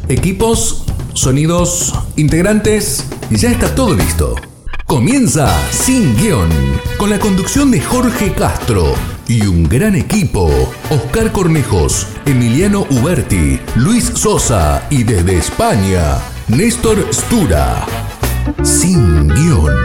Equipos, sonidos, integrantes, ya está todo listo. Comienza Sin Guión, con la conducción de Jorge Castro y un gran equipo: Oscar Cornejos, Emiliano Uberti, Luis Sosa y desde España, Néstor Stura. Sin Guión.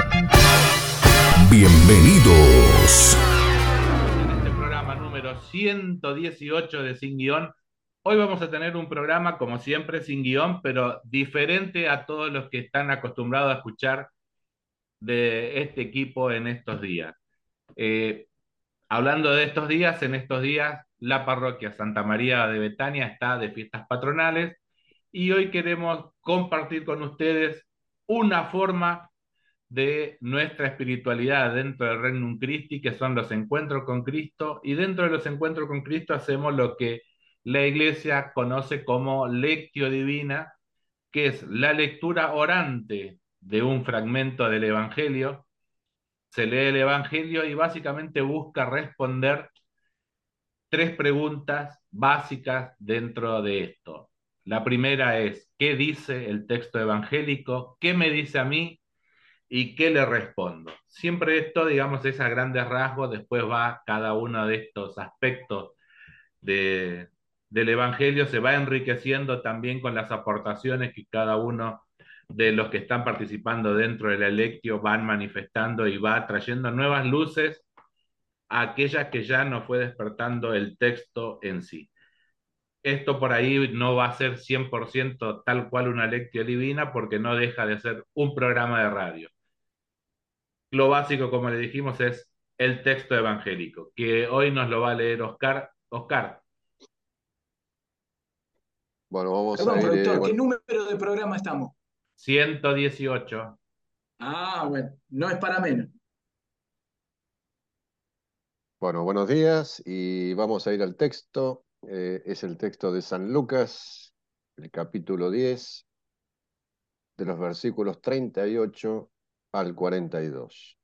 Bienvenidos. En este programa número 118 de Sin Guión, hoy vamos a tener un programa como siempre sin guión, pero diferente a todos los que están acostumbrados a escuchar de este equipo en estos días. Eh, Hablando de estos días, en estos días la parroquia Santa María de Betania está de fiestas patronales y hoy queremos compartir con ustedes una forma de nuestra espiritualidad dentro del Regnum Christi, que son los encuentros con Cristo, y dentro de los encuentros con Cristo hacemos lo que la Iglesia conoce como lectio divina, que es la lectura orante de un fragmento del Evangelio. Se lee el Evangelio y básicamente busca responder tres preguntas básicas dentro de esto. La primera es: ¿qué dice el texto evangélico? ¿Qué me dice a mí? ¿Y qué le respondo? Siempre esto, digamos, es a grandes rasgos, después va cada uno de estos aspectos de, del Evangelio, se va enriqueciendo también con las aportaciones que cada uno de los que están participando dentro del Electio van manifestando y va trayendo nuevas luces a aquellas que ya nos fue despertando el texto en sí. Esto por ahí no va a ser 100% tal cual una lectio divina, porque no deja de ser un programa de radio. Lo básico, como le dijimos, es el texto evangélico, que hoy nos lo va a leer Oscar. Oscar, Bueno, vamos a Perdón, ir. productor, ¿qué número de programa estamos? 118. Ah, bueno, no es para menos. Bueno, buenos días y vamos a ir al texto. Es el texto de San Lucas, el capítulo 10, de los versículos 38 al 42.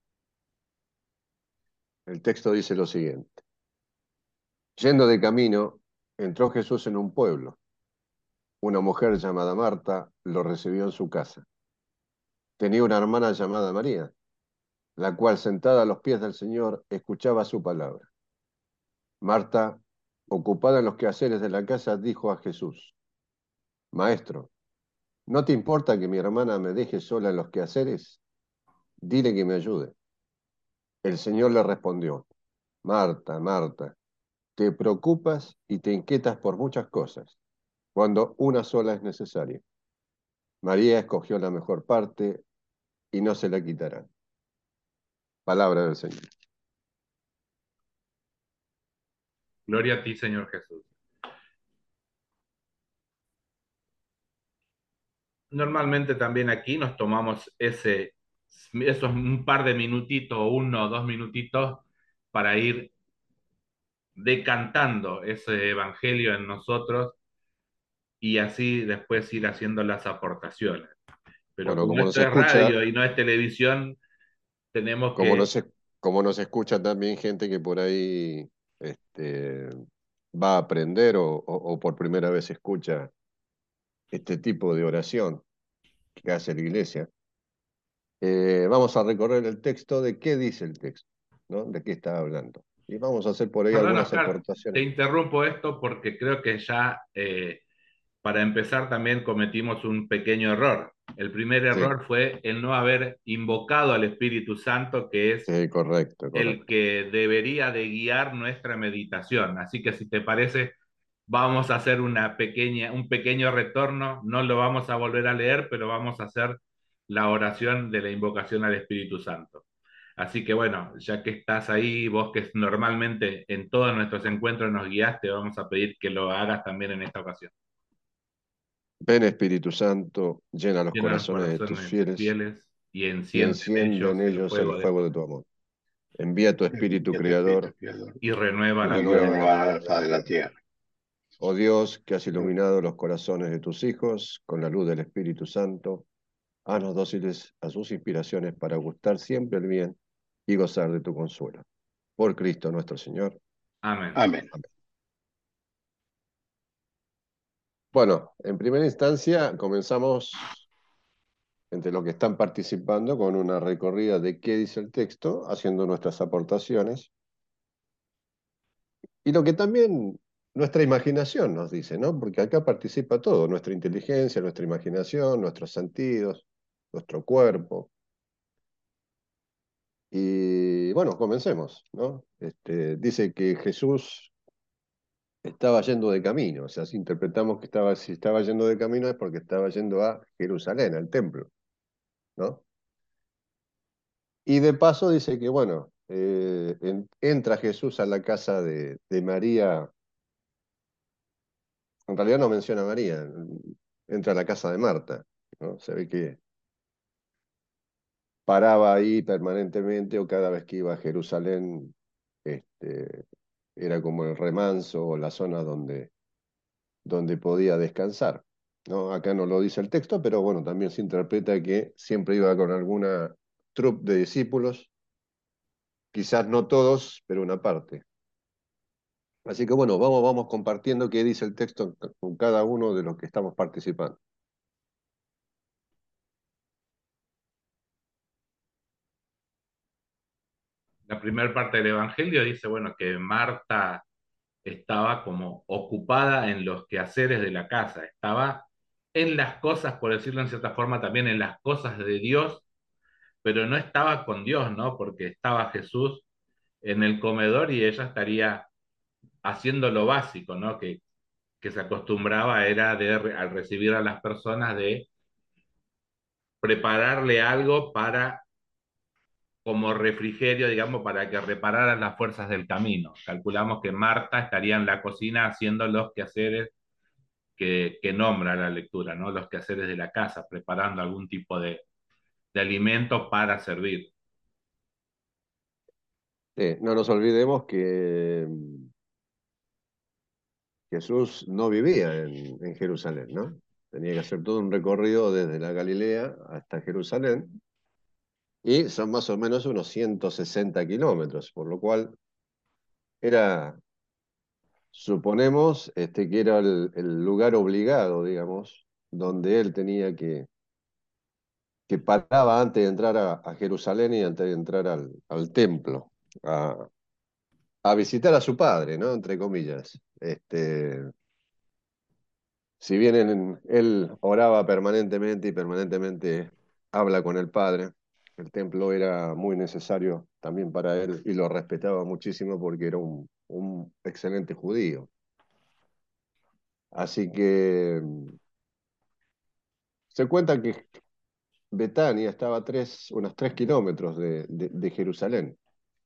El texto dice lo siguiente. Yendo de camino, entró Jesús en un pueblo. Una mujer llamada Marta lo recibió en su casa. Tenía una hermana llamada María, la cual, sentada a los pies del Señor, escuchaba su palabra. Marta, ocupada en los quehaceres de la casa, dijo a Jesús: Maestro, ¿no te importa que mi hermana me deje sola en los quehaceres? Dile que me ayude. El Señor le respondió: Marta, Marta, te preocupas y te inquietas por muchas cosas, cuando una sola es necesaria. María escogió la mejor parte y no se la quitará. Palabra del Señor. Gloria a ti, Señor Jesús. Normalmente también aquí nos tomamos esos un par de minutitos, 1 o 2 minutitos, para ir decantando ese evangelio en nosotros y así después ir haciendo las aportaciones. Pero Bueno, como como nos esto es escucha, radio y no es televisión, tenemos como que... nos, como nos escucha también gente que por ahí va a aprender o por primera vez escucha este tipo de oración que hace la iglesia, vamos a recorrer el texto de qué dice el texto, ¿no? De qué está hablando. Y vamos a hacer por ahí Perdón, algunas Oscar, te aportaciones. interrumpo esto porque creo que ya para empezar también cometimos un pequeño error. El primer Sí, error fue el no haber invocado al Espíritu Santo, que es sí, correcto, el correcto. que debería de guiar nuestra meditación. Así que si te parece, vamos a hacer un pequeño retorno. No lo vamos a volver a leer, pero vamos a hacer la oración de la invocación al Espíritu Santo. Así que bueno, ya que estás ahí, vos que normalmente en todos nuestros encuentros nos guías, te vamos a pedir que lo hagas también en esta ocasión. Ven Espíritu Santo, llena los Llena los corazones de tus corazones de tus fieles fieles y y enciende en enciende en ellos el ellos el fuego de tu fuego de amor. tu amor. Envía tu Espíritu Creador Y renueva y la faz de renueva la la tierra. faz de la tierra. Oh Dios, que has iluminado los corazones de tus hijos con la luz del Espíritu Santo, haznos dóciles a sus inspiraciones para gustar siempre el bien y gozar de tu consuelo. Por Cristo nuestro Señor. Amén. Amén. Amén. Bueno, en primera instancia comenzamos entre los que están participando con una recorrida de qué dice el texto, haciendo nuestras aportaciones. Y lo que también nuestra imaginación nos dice, ¿no? Porque acá participa todo, nuestra inteligencia, nuestra imaginación, nuestros sentidos, nuestro cuerpo. Y bueno, comencemos, ¿no? Dice que Jesús estaba yendo de camino, o sea, si interpretamos que si estaba yendo de camino es porque estaba yendo a Jerusalén, al templo, ¿no? Y de paso dice que, bueno, entra Jesús a la casa de María. En realidad no menciona a María, entra a la casa de Marta, ¿no? Se ve que paraba ahí permanentemente o cada vez que iba a Jerusalén, este, era como el remanso o la zona donde podía descansar, ¿no? Acá no lo dice el texto, pero bueno, también se interpreta que siempre iba con alguna troupe de discípulos, quizás no todos, pero una parte. Así que bueno, vamos compartiendo qué dice el texto con cada uno de los que estamos participando. La primera parte del Evangelio dice, bueno, que Marta estaba como ocupada en los quehaceres de la casa, estaba en las cosas, por decirlo en cierta forma, también en las cosas de Dios, pero no estaba con Dios, ¿no? Porque estaba Jesús en el comedor y ella estaría haciendo lo básico, ¿no? Que se acostumbraba era al recibir a las personas de prepararle algo para como refrigerio, digamos, para que repararan las fuerzas del camino. Calculamos que Marta estaría en la cocina haciendo los quehaceres que nombra la lectura, ¿no? Los quehaceres de la casa, preparando algún tipo de alimento para servir. No nos olvidemos que Jesús no vivía en Jerusalén, ¿no? Tenía que hacer todo un recorrido desde la Galilea hasta Jerusalén, y son más o menos unos 160 kilómetros, por lo cual era, suponemos, que era el lugar obligado, digamos, donde él tenía que paraba antes de entrar a Jerusalén y antes de entrar al templo, a, a visitar a su padre, ¿no? Entre comillas. Si bien él oraba permanentemente y permanentemente habla con el Padre, el templo era muy necesario también para él y lo respetaba muchísimo porque era un excelente judío. Así que se cuenta que Betania estaba unos 3 kilómetros de Jerusalén.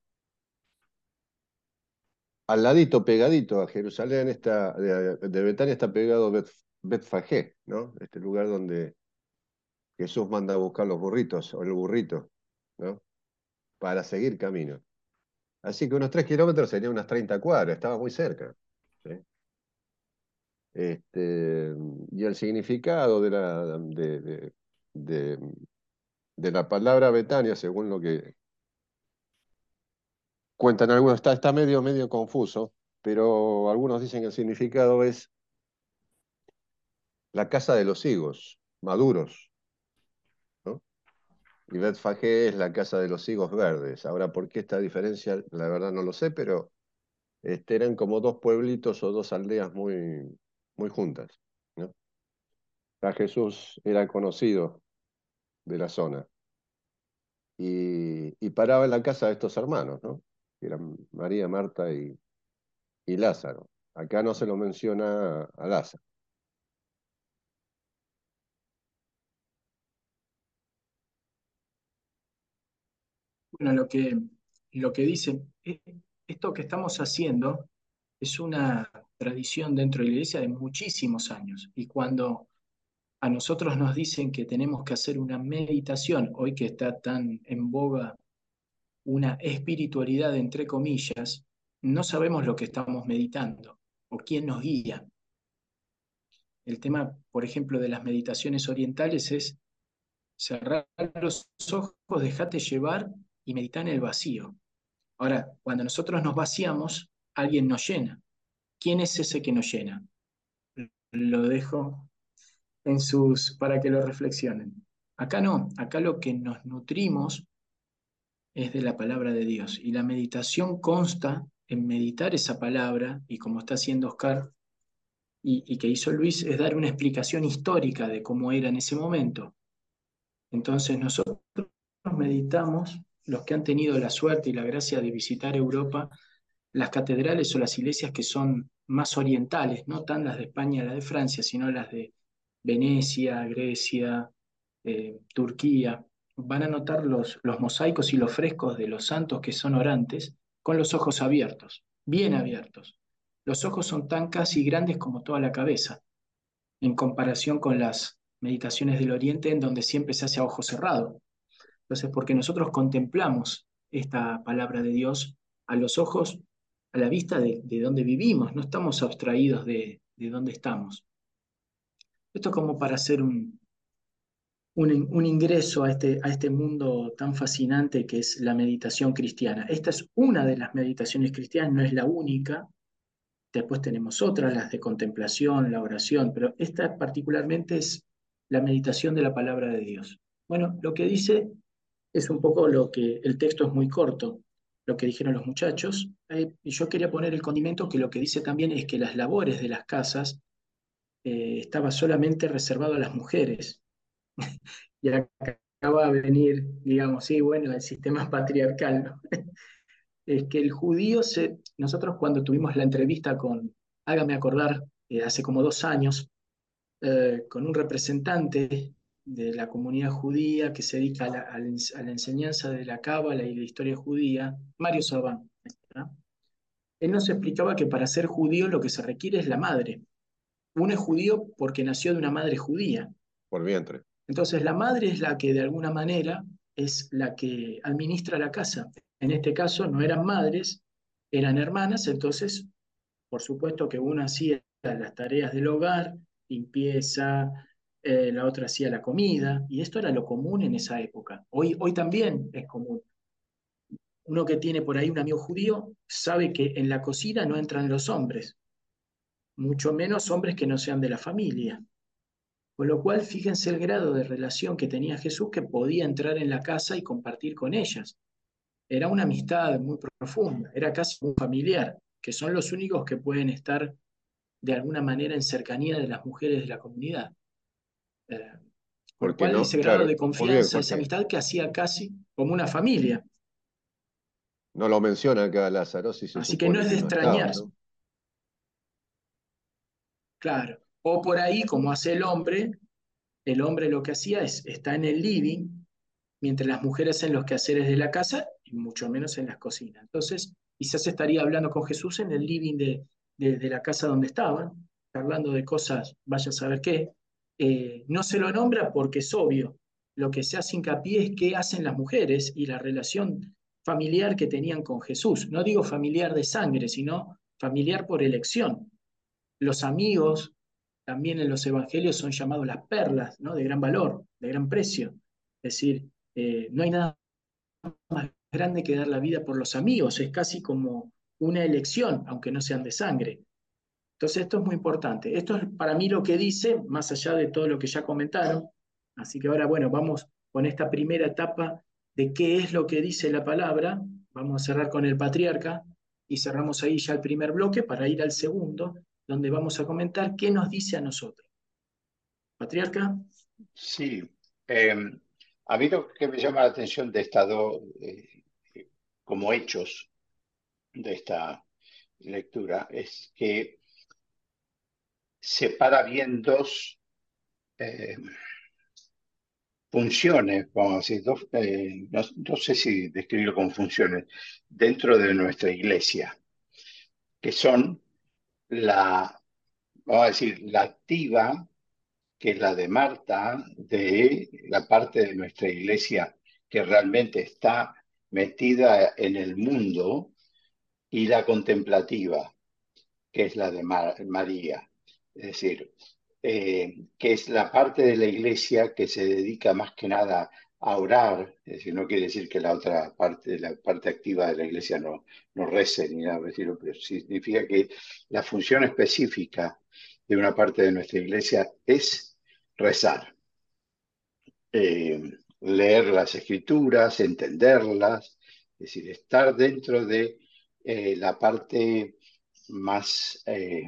Al ladito, pegadito a Jerusalén, de Betania está pegado Betfagé, ¿no? Este lugar donde Jesús manda a buscar los burritos o el burrito, ¿no? Para seguir camino. Así que unos 3 kilómetros serían unas 30 cuadras, estaba muy cerca, ¿sí? Y el significado de, de la palabra Betania, según lo que cuentan algunos, está medio confuso, pero algunos dicen que el significado es la casa de los higos maduros, ¿no? Y Betfagé es la casa de los higos verdes. Ahora, ¿por qué esta diferencia? La verdad no lo sé, pero eran como dos pueblitos o dos aldeas muy juntas, ¿no? Ya Jesús era conocido de la zona y paraba en la casa de estos hermanos, ¿no? Que eran María, Marta y Lázaro. Acá no se lo menciona a Lázaro. Bueno, lo que dice, esto que estamos haciendo es una tradición dentro de la iglesia de muchísimos años. Y cuando a nosotros nos dicen que tenemos que hacer una meditación, hoy que está tan en boga una espiritualidad entre comillas, no sabemos lo que estamos meditando o quién nos guía. El tema, por ejemplo, de las meditaciones orientales es cerrar los ojos, dejate llevar y meditar en el vacío. Ahora, cuando nosotros nos vaciamos, alguien nos llena. ¿Quién es ese que nos llena? lo dejo para que lo reflexionen. Acá no, acá lo que nos nutrimos es de la palabra de Dios y la meditación consta en meditar esa palabra y como está haciendo Oscar y que hizo Luis es dar una explicación histórica de cómo era en ese momento. Entonces nosotros meditamos, los que han tenido la suerte y la gracia de visitar Europa, las catedrales o las iglesias que son más orientales, no tan las de España, las de Francia, sino las de Venecia, Grecia, Turquía, van a notar los mosaicos y los frescos de los santos que son orantes con los ojos abiertos, bien abiertos. Los ojos son tan casi grandes como toda la cabeza, en comparación con las meditaciones del Oriente en donde siempre se hace a ojo cerrado. Entonces, porque nosotros contemplamos esta palabra de Dios a los ojos, a la vista de donde vivimos, no estamos abstraídos de dónde estamos. Esto es como para hacer un ingreso a este mundo tan fascinante que es la meditación cristiana. Esta es una de las meditaciones cristianas, no es la única. Después tenemos otras, las de contemplación, la oración, pero esta particularmente es la meditación de la palabra de Dios. Bueno, lo que dice es un poco lo que el texto es muy corto, lo que dijeron los muchachos, y yo quería poner el condimento que lo que dice también es que las labores de las casas estaba solamente reservado a las mujeres. Y acá va a venir, digamos, sí, bueno, el sistema patriarcal, ¿no? Es que el judío nosotros cuando tuvimos la entrevista hágame acordar, hace como 2 años, con un representante de la comunidad judía que se dedica a la enseñanza de la Cábala y la historia judía, Mario Sabán, ¿no? Él nos explicaba que para ser judío lo que se requiere es la madre. Uno es judío porque nació de una madre judía. Por vientre. Entonces la madre es la que de alguna manera es la que administra la casa. En este caso no eran madres, eran hermanas, entonces por supuesto que una hacía las tareas del hogar, limpieza, la otra hacía la comida, y esto era lo común en esa época. Hoy también es común. Uno que tiene por ahí un amigo judío sabe que en la cocina no entran los hombres, mucho menos hombres que no sean de la familia. Con lo cual, fíjense el grado de relación que tenía Jesús que podía entrar en la casa y compartir con ellas. Era una amistad muy profunda, era casi un familiar, que son los únicos que pueden estar de alguna manera en cercanía de las mujeres de la comunidad. Con lo Porque cual, no, ese grado claro, de muy bien, confianza, esa porque amistad que hacía casi como una familia. no lo menciona acá Lázaro, si se Así que no supone es que de no estaba, extrañar, ¿no? claro. O por ahí, como hace el hombre lo que hacía es, está en el living, mientras las mujeres en los quehaceres de la casa y mucho menos en las cocinas. Entonces, quizás estaría hablando con Jesús en el living de la casa donde estaban, hablando de cosas, vaya a saber qué. No se lo nombra porque es obvio. Lo que se hace hincapié es qué hacen las mujeres y la relación familiar que tenían con Jesús. No digo familiar de sangre, sino familiar por elección. Los amigos también en los evangelios son llamados las perlas, ¿no? De gran valor, de gran precio. Es decir, no hay nada más grande que dar la vida por los amigos, es casi como una elección, aunque no sean de sangre. Entonces esto es muy importante. Esto es para mí lo que dice, más allá de todo lo que ya comentaron. Así que ahora, bueno, vamos con esta primera etapa de qué es lo que dice la palabra. Vamos a cerrar con el patriarca y cerramos ahí ya el primer bloque para ir al segundo, donde vamos a comentar qué nos dice a nosotros. Patriarca. Sí, eh, a mí lo que me llama la atención de estas dos, como hechos de esta lectura, es que separa bien dos eh, funciones, vamos a decir, no sé si describirlo como funciones, dentro de nuestra iglesia, que son vamos a decir, la activa, que es la de Marta, de la parte de nuestra iglesia que realmente está metida en el mundo, y la contemplativa, que es la de María. Es decir, que es la parte de la iglesia que se dedica más que nada a orar. Es decir, no quiere decir que la otra parte, la parte activa de la iglesia no rece ni nada, pero significa que la función específica de una parte de nuestra iglesia es rezar. Leer las escrituras, entenderlas, es decir, estar dentro de la parte más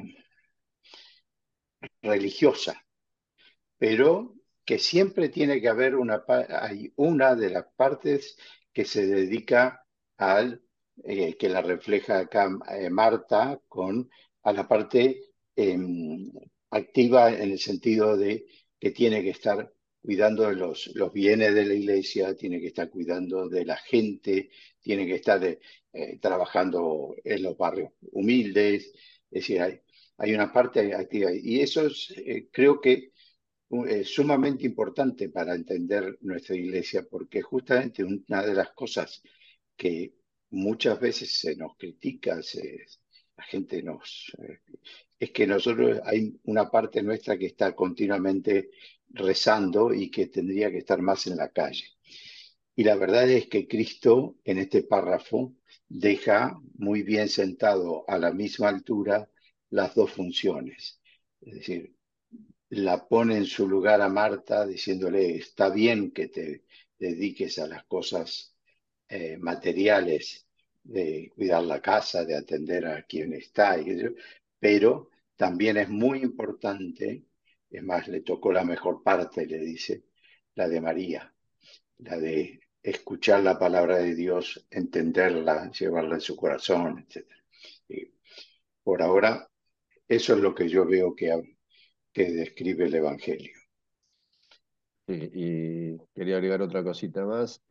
religiosa, pero que siempre tiene que haber hay una de las partes que se dedica al, que la refleja acá Marta, a la parte activa en el sentido de que tiene que estar cuidando de los bienes de la iglesia, tiene que estar cuidando de la gente, tiene que estar trabajando en los barrios humildes, es decir, hay una parte activa. Y eso es, creo que es sumamente importante para entender nuestra iglesia, porque justamente una de las cosas que muchas veces se nos critica, la gente es que nosotros hay una parte nuestra que está continuamente rezando y que tendría que estar más en la calle. Y la verdad es que Cristo en este párrafo deja muy bien sentado a la misma altura las dos funciones. Es decir, la pone en su lugar a Marta diciéndole, está bien que te dediques a las cosas materiales, de cuidar la casa, de atender a quien está, pero también es muy importante, es más, le tocó la mejor parte, le dice, la de María, la de escuchar la palabra de Dios, entenderla, llevarla en su corazón, etc. Y por ahora, eso es lo que yo veo que describe el Evangelio. Sí, y quería agregar otra cosita más.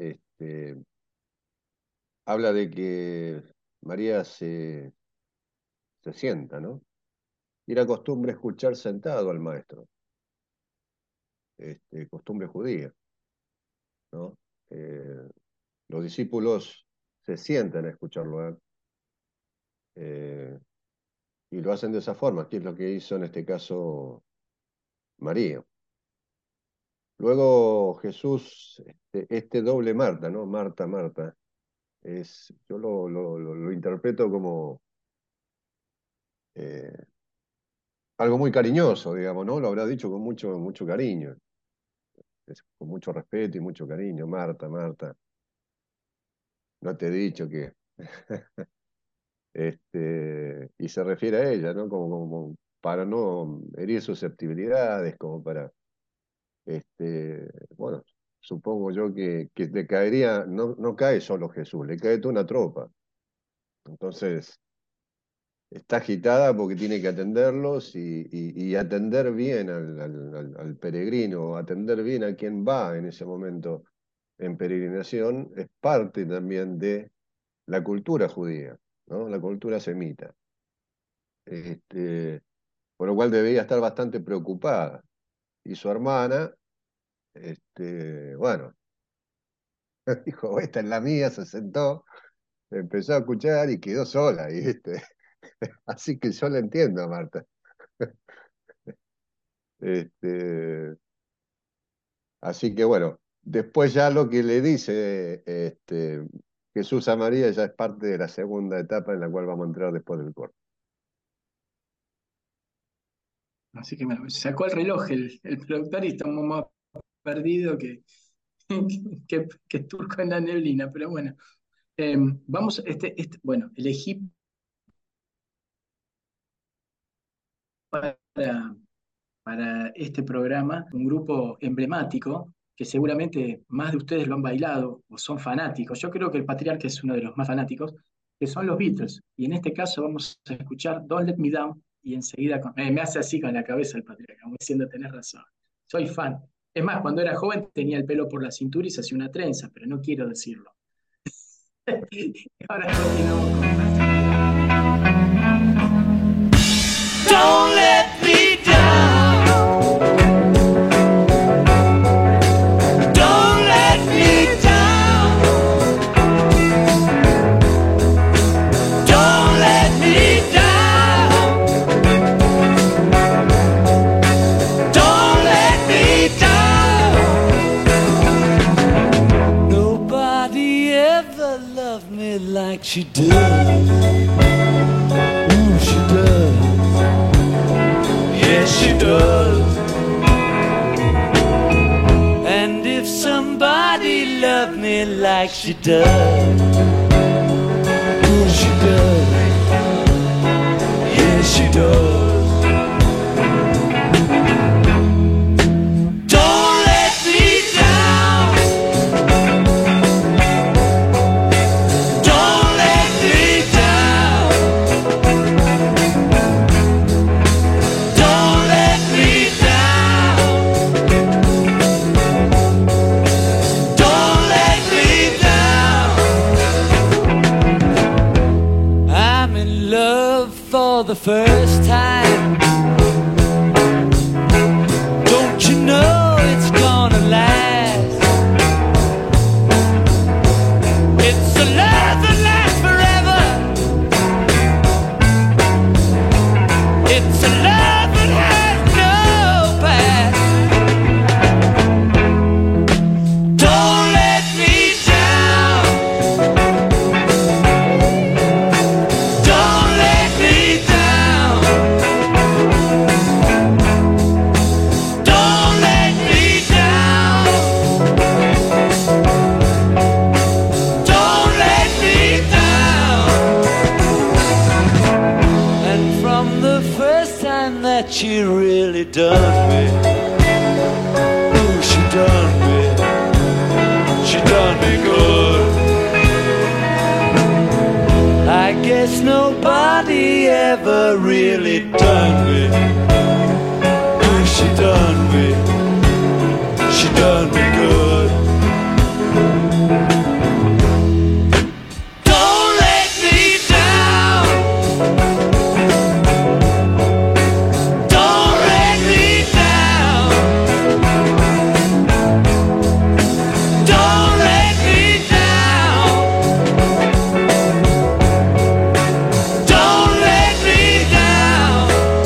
Habla de que María se sienta, ¿no? Y era costumbre escuchar sentado al maestro, costumbre judía, ¿no? Los discípulos se sientan a escucharlo a él, y lo hacen de esa forma, que es lo que hizo en este caso María. Luego Jesús, este doble Marta, ¿no? Marta, Marta, yo lo interpreto como algo muy cariñoso, digamos, ¿no? Lo habrá dicho con mucho cariño, con mucho respeto y mucho cariño. Marta, Marta, no te he dicho que... y se refiere a ella, ¿no? Como para no herir susceptibilidades, como para, bueno, supongo yo que le caería, no cae solo Jesús, le cae toda una tropa. Entonces, está agitada porque tiene que atenderlos y atender bien al peregrino, atender bien a quien va en ese momento en peregrinación, es parte también de la cultura judía, ¿no? La cultura semita. Por lo cual debía estar bastante preocupada. Y su hermana, bueno, dijo, esta es la mía, se sentó, empezó a escuchar y quedó sola. Así que yo la entiendo a Marta. Así que bueno, después ya lo que le dice Jesús a María ya es parte de la segunda etapa en la cual vamos a entrar después del corte. Así que me sacó el reloj el productor y estamos más perdidos que turco en la neblina, pero bueno. Vamos, bueno, elegí para este programa un grupo emblemático que seguramente más de ustedes lo han bailado o son fanáticos. Yo creo que el Patriarca es uno de los más fanáticos, que son los Beatles. Y en este caso vamos a escuchar Don't Let Me Down y enseguida me hace así con la cabeza el Patriarca, como diciendo, tenés razón. Soy fan. Es más, cuando era joven tenía el pelo por la cintura y se hacía una trenza, pero no quiero decirlo. Ahora continuamos con Don't let me down. Don't let me down. Don't let me down. Don't let me down. Nobody ever loved me like she does. She does. Yes, does. And if somebody loved me like she does, oh, she does, yeah, she does. The first time, don't you know it's gonna last? It's a love that lasts forever. It's a love that has no past. Don't let me down. Don't let me down. Don't let me down. Don't let me down. And from the first time that she really done me, ooh, she done me good. I guess nobody ever really done me. Ooh, she done me good. Don't let me down. Don't let me down. Don't let me down. Don't let me down.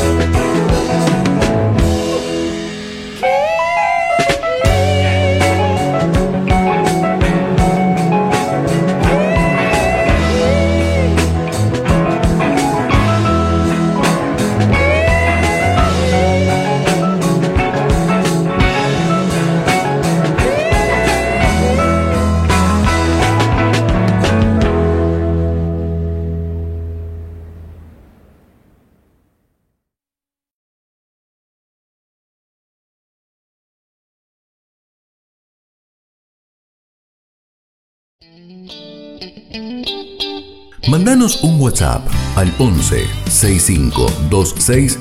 Mandanos un WhatsApp al 11 65 26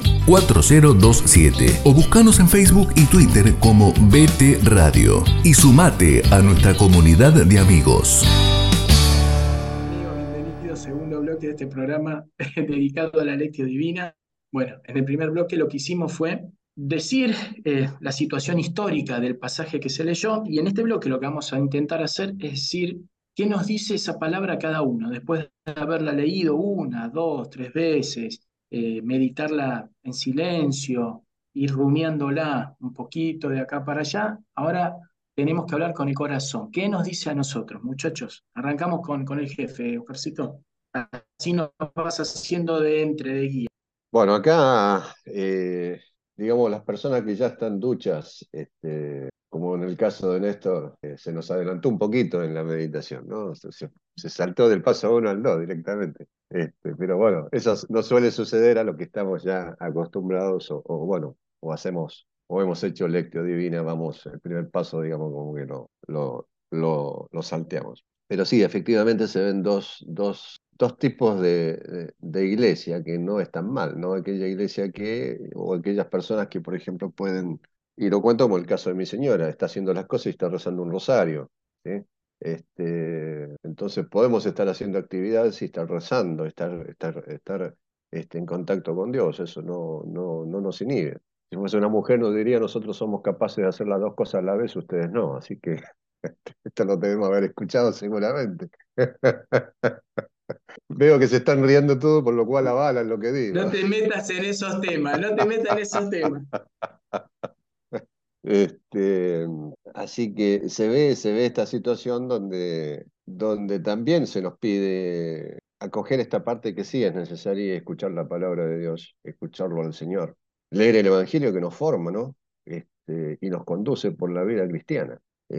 4027 o buscanos en Facebook y Twitter como BT Radio y sumate a nuestra comunidad de amigos. Amigos, bienvenidos al segundo bloque de este programa dedicado a la Lectio Divina. Bueno, en el primer bloque lo que hicimos fue decir la situación histórica del pasaje que se leyó, y en este bloque lo que vamos a intentar hacer es decir qué nos dice esa palabra cada uno, después de haberla leído una, dos, tres veces, meditarla en silencio, ir rumiándola un poquito de acá para allá. Ahora tenemos que hablar con el corazón. ¿Qué nos dice a nosotros, muchachos? Arrancamos con el jefe, Oscarcito. Así nos vas haciendo de guía. Bueno, acá, digamos, las personas que ya están duchas, como en el caso de Néstor, se nos adelantó un poquito en la meditación, ¿no? Se saltó del paso 1 al 2 directamente. Pero bueno, eso no suele suceder a lo que estamos ya acostumbrados, bueno, o hacemos, o hemos hecho Lectio Divina, vamos, el primer paso, digamos, como que lo salteamos. Pero sí, efectivamente se ven dos tipos de iglesia que no están mal, ¿no? Aquella iglesia o aquellas personas que, por ejemplo, pueden, y lo cuento como el caso de mi señora, está haciendo las cosas y está rezando un rosario, ¿sí? Entonces podemos estar haciendo actividades y estar rezando, estar en contacto con Dios, eso no nos inhibe. Si fuese una mujer nos diría, nosotros somos capaces de hacer las dos cosas a la vez, ustedes no, así que esto lo debemos haber escuchado seguramente. Veo que se están riendo todo, por lo cual avalan lo que digo. No te metas en esos temas, no te metas en esos temas. Así que se ve esta situación donde también se nos pide acoger esta parte que sí es necesaria, escuchar la palabra de Dios, escucharlo al Señor. leer el Evangelio que nos forma, ¿no? Y nos conduce por la vida cristiana.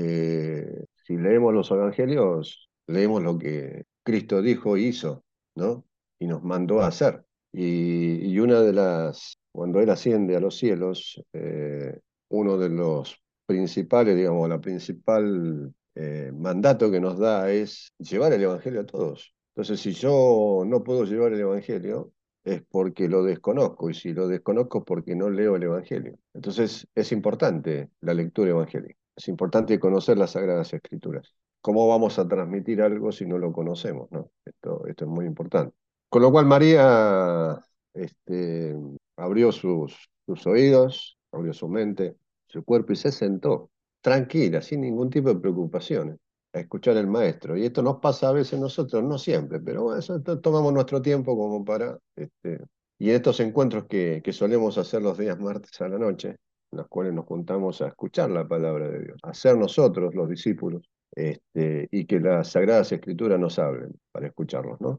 Si leemos los Evangelios, leemos lo que Cristo dijo y hizo, ¿no? Y nos mandó a hacer. Y una de cuando Él asciende a los cielos, uno de los principales, digamos, la principal mandato que nos da es llevar el Evangelio a todos. Entonces, si yo no puedo llevar el Evangelio, es porque lo desconozco, y si lo desconozco es porque no leo el Evangelio. Entonces, es importante la lectura evangélica, es importante conocer las Sagradas Escrituras. ¿Cómo vamos a transmitir algo si no lo conocemos, ¿no? Esto es muy importante. Con lo cual, María este, abrió sus oídos, abrió su mente, su cuerpo y se sentó tranquila, sin ningún tipo de preocupaciones, a escuchar al maestro. Y esto nos pasa a veces nosotros, no siempre, pero bueno, tomamos nuestro tiempo como para... y en estos encuentros que solemos hacer los días martes a la noche, en los cuales nos juntamos a escuchar la palabra de Dios, a ser nosotros los discípulos, y que las Sagradas Escrituras nos hablen para escucharlos, ¿no?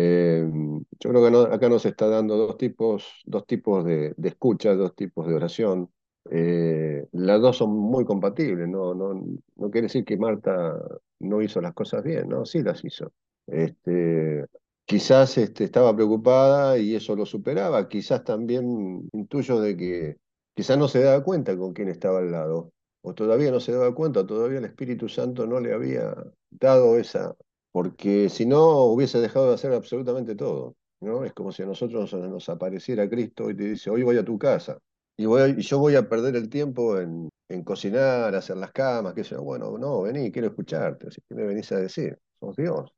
Yo creo que acá nos está dando dos tipos de escucha, dos tipos de oración. Las dos son muy compatibles, no quiere decir que Marta no hizo las cosas bien, ¿no? Sí las hizo. Este, quizás estaba preocupada y eso lo superaba, quizás también intuyo de que quizás no se daba cuenta con quién estaba al lado, o todavía no se daba cuenta, todavía el Espíritu Santo no le había dado esa, porque si no hubiese dejado de hacer absolutamente todo, ¿no? Es como si a nosotros nos apareciera Cristo y te dice, hoy voy a tu casa. Y yo voy a perder el tiempo en cocinar, hacer las camas, qué sé yo. Bueno, no, vení, quiero escucharte. Así que me venís a decir, sos Dios.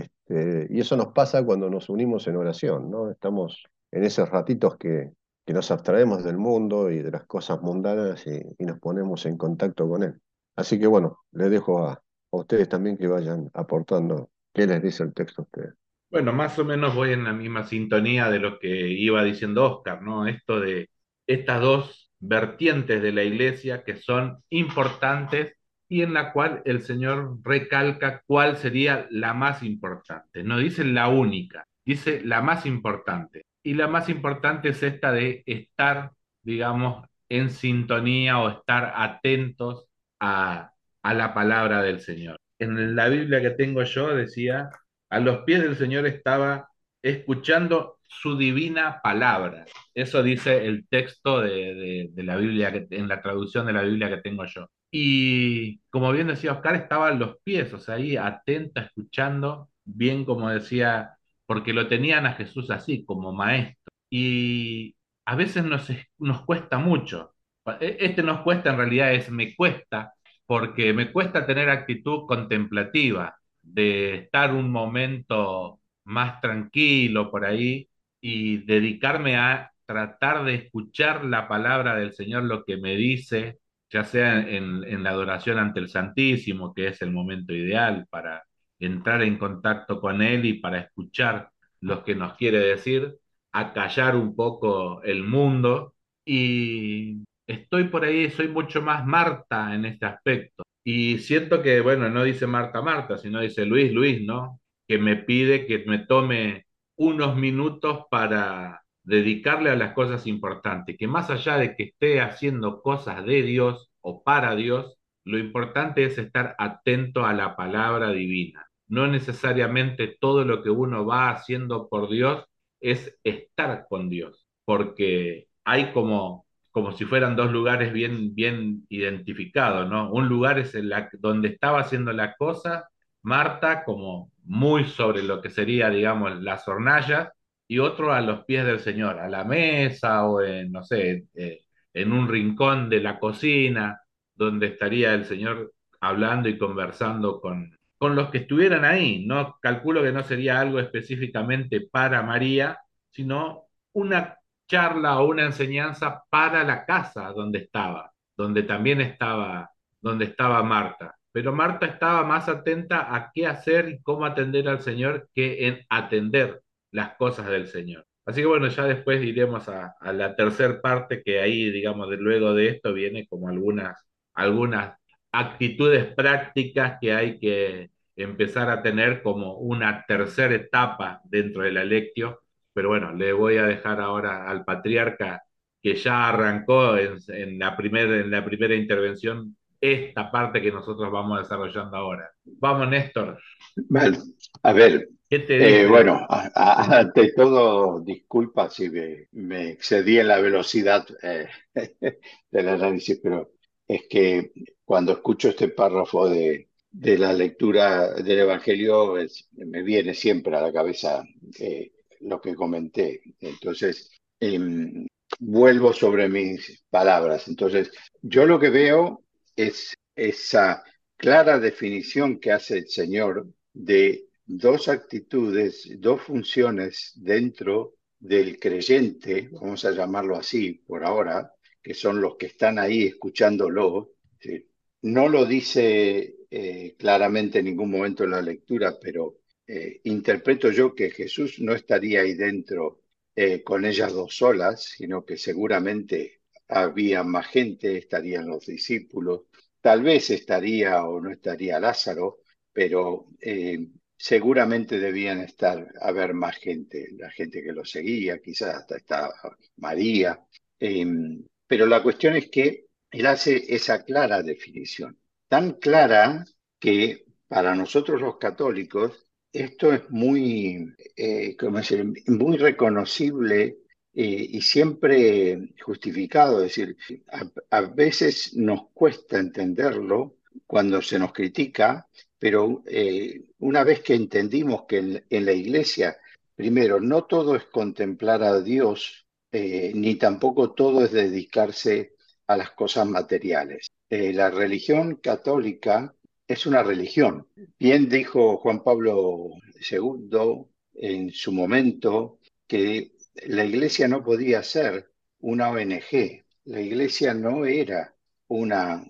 Y eso nos pasa cuando nos unimos en oración, ¿no? Estamos en esos ratitos que nos abstraemos del mundo y de las cosas mundanas y nos ponemos en contacto con Él. Así que bueno, les dejo a ustedes también que vayan aportando qué les dice el texto a ustedes. Bueno, más o menos voy en la misma sintonía de lo que iba diciendo Oscar, ¿no? Esto de estas dos vertientes de la iglesia que son importantes y en la cual el Señor recalca cuál sería la más importante. No dice la única, dice la más importante. Y la más importante es esta de estar, digamos, en sintonía o estar atentos a, a la palabra del Señor. En la Biblia que tengo yo decía a los pies del Señor estaba escuchando su divina palabra. Eso dice el texto de la Biblia, en la traducción de la Biblia que tengo yo. Y como bien decía Oscar, estaba a los pies, o sea, ahí atenta, escuchando, bien como decía, porque lo tenían a Jesús así, como maestro. Y a veces nos cuesta mucho. Este nos cuesta, en realidad es me cuesta, porque me cuesta tener actitud contemplativa de estar un momento más tranquilo por ahí y dedicarme a tratar de escuchar la palabra del Señor, lo que me dice, ya sea en la adoración ante el Santísimo, que es el momento ideal para entrar en contacto con Él y para escuchar lo que nos quiere decir, acallar un poco el mundo y estoy por ahí, soy mucho más Marta en este aspecto. Y siento que, bueno, no dice Marta Marta, sino dice Luis Luis, ¿no? Que me pide que me tome unos minutos para dedicarle a las cosas importantes, que más allá de que esté haciendo cosas de Dios o para Dios, lo importante es estar atento a la palabra divina. No necesariamente todo lo que uno va haciendo por Dios es estar con Dios, porque hay como si fueran dos lugares bien identificados, ¿no? Un lugar es donde estaba haciendo la cosa Marta, como muy sobre lo que sería, digamos, las hornallas, y otro a los pies del Señor, a la mesa o en, no sé, en un rincón de la cocina, donde estaría el Señor hablando y conversando con los que estuvieran ahí. No calculo que no sería algo específicamente para María, sino una charla o una enseñanza para la casa donde estaba, donde estaba Marta. Pero Marta estaba más atenta a qué hacer y cómo atender al Señor que en atender las cosas del Señor. Así que bueno, ya después iremos a la tercer parte, que ahí, digamos, luego de esto viene como algunas actitudes prácticas que hay que empezar a tener como una tercera etapa dentro de la lectio. Pero bueno, le voy a dejar ahora al patriarca que ya arrancó en la primera intervención esta parte que nosotros vamos desarrollando ahora. Vamos, Néstor, Bueno, a ver, ¿qué te dice? bueno, ante todo, disculpa si me excedí en la velocidad del análisis, pero es que cuando escucho este párrafo de la lectura del Evangelio, me viene siempre a la cabeza lo que comenté. Entonces, vuelvo sobre mis palabras. Entonces, yo lo que veo es esa clara definición que hace el Señor de dos actitudes, dos funciones dentro del creyente, vamos a llamarlo así por ahora, que son los que están ahí escuchándolo. ¿Sí? No lo dice claramente en ningún momento en la lectura, pero interpreto yo que Jesús no estaría ahí dentro con ellas dos solas, sino que seguramente había más gente, estarían los discípulos, tal vez estaría o no estaría Lázaro, pero seguramente debían haber más gente, la gente que lo seguía, quizás hasta estaba María. Eh, pero la cuestión es que él hace esa clara definición, tan clara que para nosotros los católicos esto es muy, ¿cómo decir? Muy reconocible y siempre justificado. Es decir, a veces nos cuesta entenderlo cuando se nos critica, pero una vez que entendimos que en la iglesia, primero, no todo es contemplar a Dios, ni tampoco todo es dedicarse a las cosas materiales. La religión católica es una religión. Bien dijo Juan Pablo II en su momento que la iglesia no podía ser una ONG. La iglesia no era una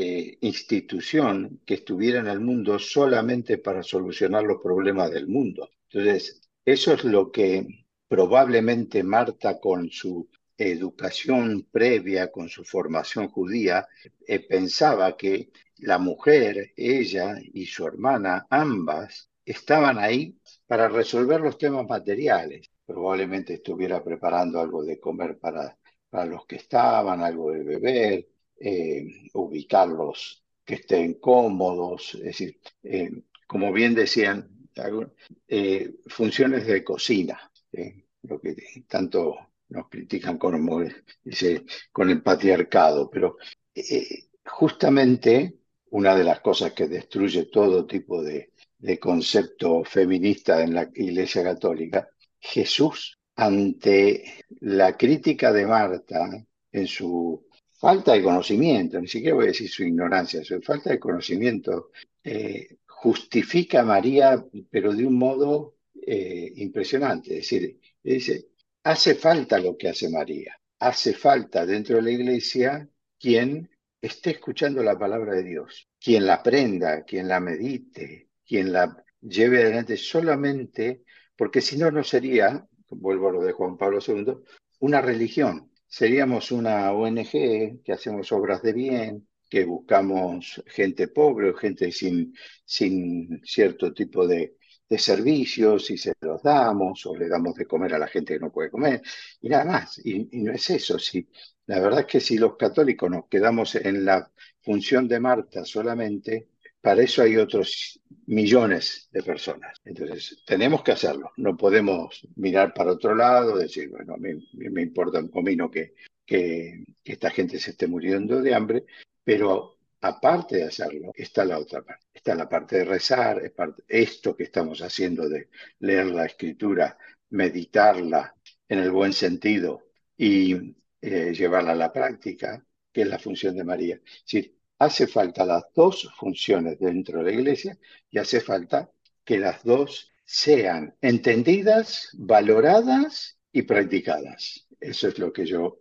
institución que estuviera en el mundo solamente para solucionar los problemas del mundo. Entonces, eso es lo que probablemente Marta, con su educación previa, con su formación judía, pensaba que la mujer, ella y su hermana, ambas, estaban ahí para resolver los temas materiales. Probablemente estuviera preparando algo de comer para los que estaban, algo de beber, ubicarlos que estén cómodos, es decir, como bien decían, funciones de cocina, lo que tanto nos critican con el patriarcado, pero justamente una de las cosas que destruye todo tipo de concepto feminista en la Iglesia Católica, Jesús, ante la crítica de Marta en su falta de conocimiento, ni siquiera voy a decir su ignorancia, su falta de conocimiento, justifica a María, pero de un modo impresionante. Es decir, dice, hace falta lo que hace María, hace falta dentro de la Iglesia quien esté escuchando la palabra de Dios, quien la aprenda, quien la medite, quien la lleve adelante solamente, porque si no, no sería, vuelvo a lo de Juan Pablo II, una religión. Seríamos una ONG que hacemos obras de bien, que buscamos gente pobre o gente sin cierto tipo de servicios y se los damos o le damos de comer a la gente que no puede comer y nada más. Y no es eso. Si, la verdad es que si los católicos nos quedamos en la función de Marta solamente, para eso hay otros millones de personas. Entonces, tenemos que hacerlo. No podemos mirar para otro lado, decir, bueno, a mí me importa un comino que esta gente se esté muriendo de hambre, pero aparte de hacerlo, está la otra parte. Está la parte de rezar, esto que estamos haciendo de leer la escritura, meditarla en el buen sentido y llevarla a la práctica, que es la función de María. Es decir, hace falta las dos funciones dentro de la iglesia y hace falta que las dos sean entendidas, valoradas y practicadas. Eso es lo que yo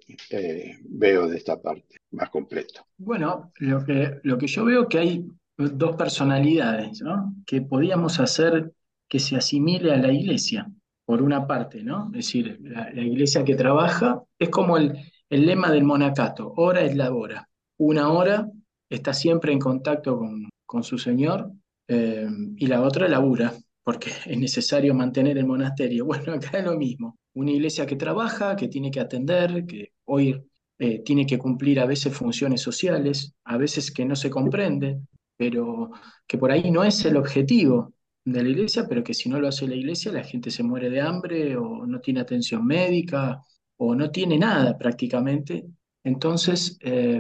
veo de esta parte, más completo. Bueno, lo que yo veo que hay dos personalidades, ¿no? Que podíamos hacer que se asimile a la iglesia, por una parte, ¿no? Es decir, la iglesia que trabaja es como el lema del monacato, hora es la hora. Una hora está siempre en contacto con su Señor y la otra labura, porque es necesario mantener el monasterio. Bueno, acá es lo mismo. Una iglesia que trabaja, que tiene que atender, que hoy tiene que cumplir a veces funciones sociales, a veces que no se comprende, pero que por ahí no es el objetivo de la iglesia, pero que si no lo hace la iglesia, la gente se muere de hambre o no tiene atención médica o no tiene nada prácticamente. Entonces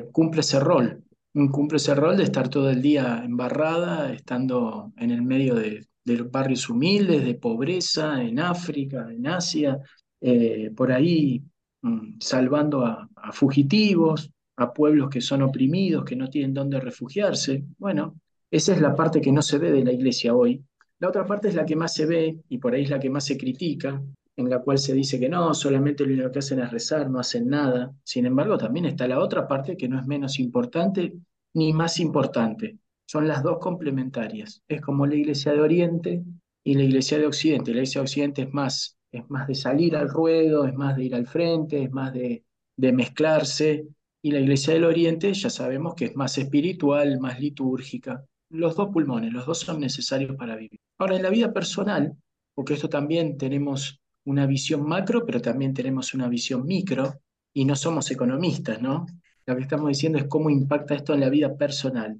cumple ese rol de estar todo el día embarrada, estando en el medio de los barrios humildes, de pobreza, en África, en Asia, por ahí salvando a fugitivos, a pueblos que son oprimidos, que no tienen dónde refugiarse. Bueno, esa es la parte que no se ve de la iglesia hoy. La otra parte es la que más se ve y por ahí es la que más se critica, en la cual se dice que no, solamente lo único que hacen es rezar, no hacen nada. Sin embargo, también está la otra parte que no es menos importante ni más importante. Son las dos complementarias. Es como la iglesia de Oriente y la iglesia de Occidente. La iglesia de Occidente es más de salir al ruedo, es más de ir al frente, es más de mezclarse. Y la iglesia del Oriente ya sabemos que es más espiritual, más litúrgica. Los dos pulmones, los dos son necesarios para vivir. Ahora, en la vida personal, porque esto también tenemos una visión macro, pero también tenemos una visión micro, y no somos economistas, ¿no? Lo que estamos diciendo es cómo impacta esto en la vida personal.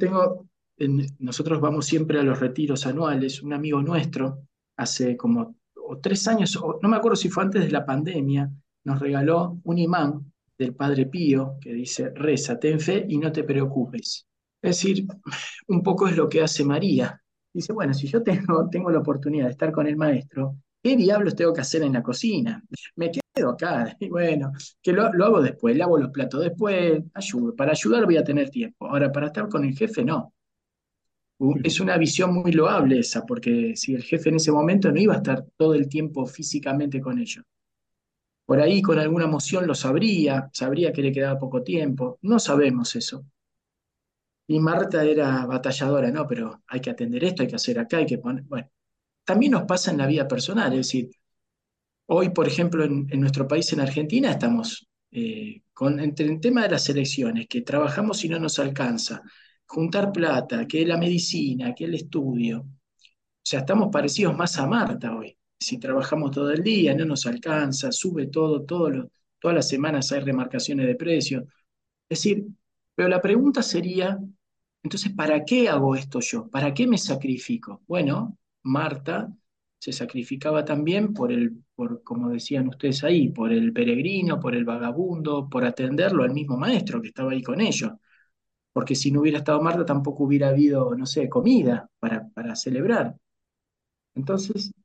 Nosotros vamos siempre a los retiros anuales, un amigo nuestro, hace como 3 años, no me acuerdo si fue antes de la pandemia, nos regaló un imán del Padre Pío que dice, reza, ten fe y no te preocupes. Es decir, un poco es lo que hace María. Dice, bueno, si yo tengo la oportunidad de estar con el maestro, ¿qué diablos tengo que hacer en la cocina? Me quedo acá. Y bueno, que lo hago después, lavo los platos después, ayudo. Para ayudar voy a tener tiempo. Ahora, para estar con el jefe, no. Es una visión muy loable esa, porque si el jefe en ese momento no iba a estar todo el tiempo físicamente con ellos. Por ahí con alguna emoción lo sabría que le quedaba poco tiempo. No sabemos eso. Y Marta era batalladora, no, pero hay que atender esto, hay que hacer acá, hay que poner. Bueno, también nos pasa en la vida personal, es decir, hoy, por ejemplo, en nuestro país, en Argentina, estamos entre el tema de las elecciones, que trabajamos y no nos alcanza, juntar plata, que la medicina, que el estudio. O sea, estamos parecidos más a Marta hoy. Si trabajamos todo el día, no nos alcanza, sube todas las semanas hay remarcaciones de precios. Es decir, pero la pregunta sería, entonces, ¿para qué hago esto yo? ¿Para qué me sacrifico? Bueno, Marta se sacrificaba también como decían ustedes ahí, por el peregrino, por el vagabundo, por atenderlo al mismo maestro que estaba ahí con ellos. Porque si no hubiera estado Marta, tampoco hubiera habido, no sé, comida para celebrar. Entonces,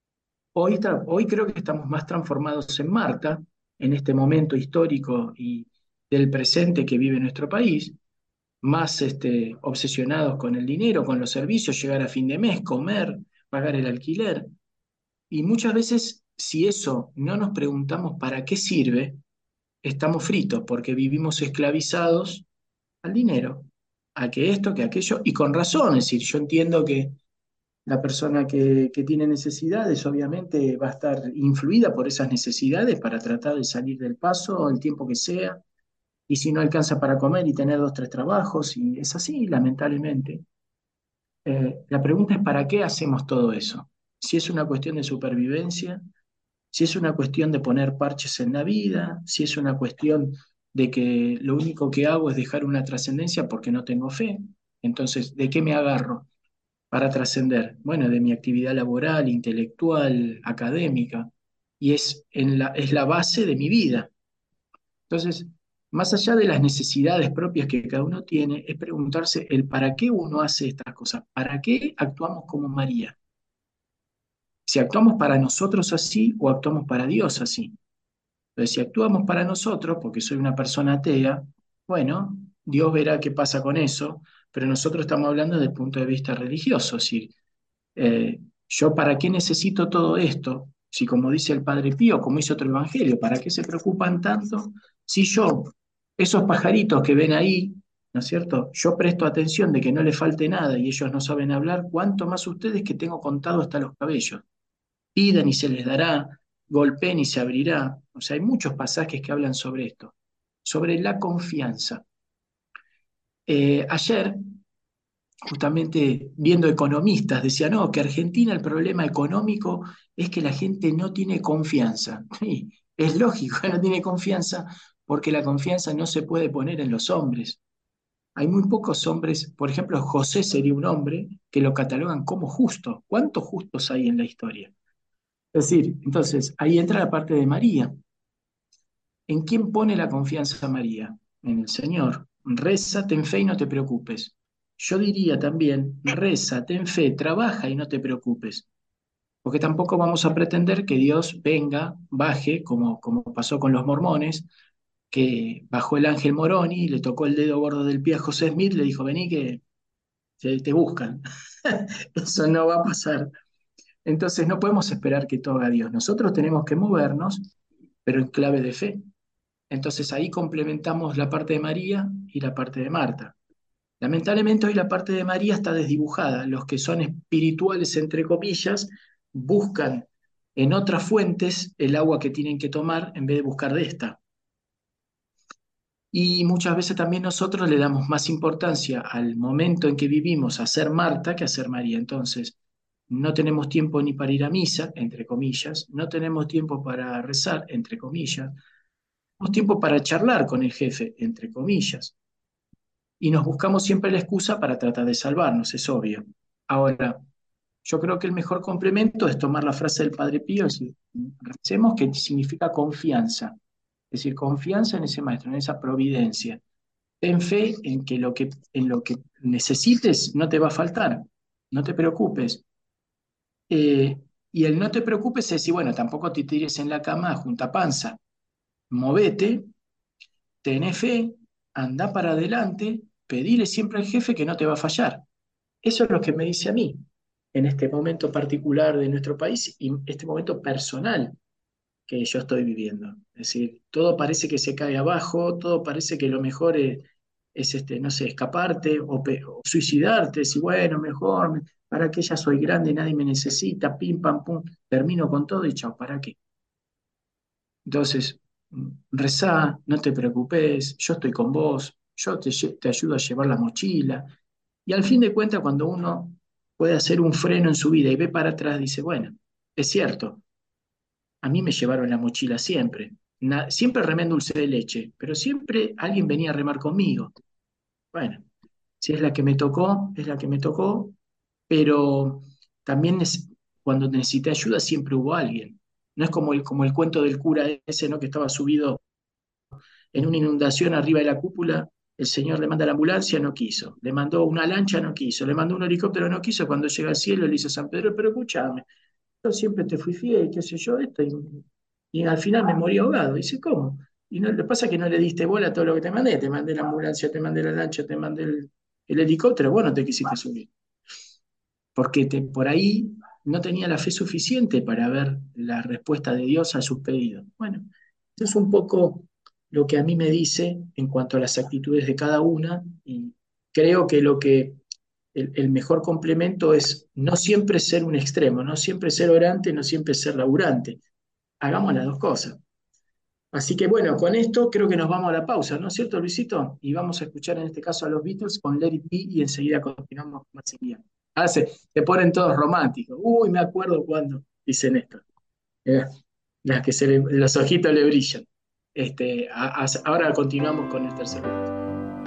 hoy creo que estamos más transformados en Marta, en este momento histórico y del presente que vive nuestro país, más obsesionados con el dinero, con los servicios, llegar a fin de mes, comer, pagar el alquiler. Y muchas veces, si eso no nos preguntamos para qué sirve, estamos fritos porque vivimos esclavizados al dinero, a que esto, que aquello, y con razón, es decir, yo entiendo que la persona que tiene necesidades obviamente va a estar influida por esas necesidades para tratar de salir del paso el tiempo que sea, y si no alcanza para comer y tener 2, 3 trabajos, y es así, lamentablemente. La pregunta es ¿para qué hacemos todo eso? Si es una cuestión de supervivencia, si es una cuestión de poner parches en la vida, si es una cuestión de que lo único que hago es dejar una trascendencia porque no tengo fe. Entonces, ¿de qué me agarro para trascender? Bueno, de mi actividad laboral, intelectual, académica, y es la base de mi vida. Entonces, más allá de las necesidades propias que cada uno tiene, es preguntarse el para qué uno hace estas cosas, para qué actuamos como María. Si actuamos para nosotros así o actuamos para Dios así. Entonces, si actuamos para nosotros, porque soy una persona atea, bueno, Dios verá qué pasa con eso, pero nosotros estamos hablando desde el punto de vista religioso, es decir, yo para qué necesito todo esto, si como dice el Padre Pío, como dice otro evangelio, ¿para qué se preocupan tanto? Si yo, esos pajaritos que ven ahí, ¿no es cierto? Yo presto atención de que no les falte nada y ellos no saben hablar, ¿cuánto más ustedes que tengo contado hasta los cabellos? Pidan y se les dará, golpeen y se abrirá. O sea, hay muchos pasajes que hablan sobre esto, sobre la confianza. Ayer justamente viendo economistas, decían, no, que Argentina el problema económico es que la gente no tiene confianza. Y es lógico que no tiene confianza porque la confianza no se puede poner en los hombres. Hay muy pocos hombres, por ejemplo, José sería un hombre que lo catalogan como justo. ¿Cuántos justos hay en la historia? Es decir, entonces, ahí entra la parte de María. ¿En quién pone la confianza María? En el Señor. Reza, ten fe y no te preocupes. Yo diría también, reza, ten fe, trabaja y no te preocupes. Porque tampoco vamos a pretender que Dios venga, baje, como pasó con los mormones, que bajó el ángel Moroni, le tocó el dedo gordo del pie a José Smith, le dijo, vení que te buscan. Eso no va a pasar. Entonces no podemos esperar que todo haga Dios. Nosotros tenemos que movernos, pero en clave de fe. Entonces ahí complementamos la parte de María y la parte de Marta. Lamentablemente hoy la parte de María está desdibujada. Los que son espirituales, entre comillas, buscan en otras fuentes el agua que tienen que tomar en vez de buscar de esta. Y muchas veces también nosotros le damos más importancia al momento en que vivimos a ser Marta que a ser María. Entonces, no tenemos tiempo ni para ir a misa, entre comillas, no tenemos tiempo para rezar, entre comillas, no tenemos tiempo para charlar con el jefe, entre comillas, y nos buscamos siempre la excusa para tratar de salvarnos, es obvio. Ahora, yo creo que el mejor complemento es tomar la frase del Padre Pío y decir, recemos, que significa confianza. Es decir, confianza en ese maestro, en esa providencia. Ten fe en que en lo que necesites no te va a faltar. No te preocupes. Y el no te preocupes es decir, bueno, tampoco te tires en la cama junta panza. Movete, tené fe, anda para adelante, pedile siempre al jefe que no te va a fallar. Eso es lo que me dice a mí en este momento particular de nuestro país y este momento personal que yo estoy viviendo. Es decir, todo parece que se cae abajo, todo parece que lo mejor es no sé, escaparte o suicidarte, decir, bueno, mejor, para que ya soy grande, nadie me necesita, pim, pam, pum, termino con todo y chao, ¿para qué? Entonces, rezá, no te preocupes, yo estoy con vos, yo te ayudo a llevar la mochila. Y al fin de cuentas, cuando uno puede hacer un freno en su vida y ve para atrás, dice, bueno, es cierto, a mí me llevaron la mochila siempre. Siempre remé en dulce de leche, pero siempre alguien venía a remar conmigo. Bueno, si es la que me tocó, es la que me tocó, pero también cuando necesité ayuda siempre hubo alguien. No es como el cuento del cura ese, ¿no? Que estaba subido en una inundación arriba de la cúpula, el señor le manda la ambulancia, no quiso. Le mandó una lancha, no quiso. Le mandó un helicóptero, no quiso. Cuando llega al cielo le dice a San Pedro, pero escúchame, yo siempre te fui fiel, qué sé yo, y al final me morí ahogado. Dice, ¿cómo? Y no, lo que pasa es que no le diste bola a todo lo que te mandé la ambulancia, te mandé la lancha, te mandé el helicóptero, vos no te quisiste subir. Porque por ahí no tenía la fe suficiente para ver la respuesta de Dios a sus pedidos. Bueno, eso es un poco lo que a mí me dice en cuanto a las actitudes de cada una, y creo que el mejor complemento es no siempre ser un extremo, no siempre ser orante, no siempre ser laburante. Hagamos las dos cosas. Así que bueno, con esto creo que nos vamos a la pausa, ¿no es cierto, Luisito? Y vamos a escuchar en este caso a los Beatles con Let It Be y enseguida continuamos con más seguida. Se ponen todos románticos. Uy, me acuerdo cuando dicen esto. Las que los ojitos le brillan. Ahora continuamos con el tercer punto.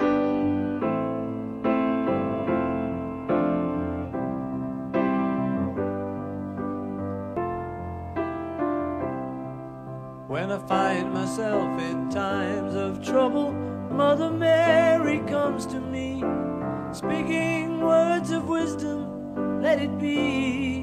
When I find myself in times of trouble, Mother Mary comes to me, speaking words of wisdom, let it be.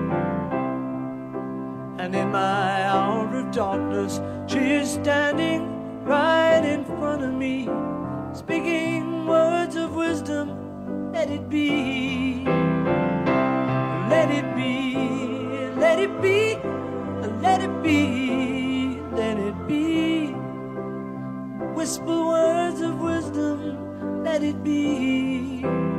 And in my hour of darkness, she is standing right in front of me, speaking words of wisdom, let it be. Let it be, let it be, let it be, let it be. Whisper words of wisdom, let it be.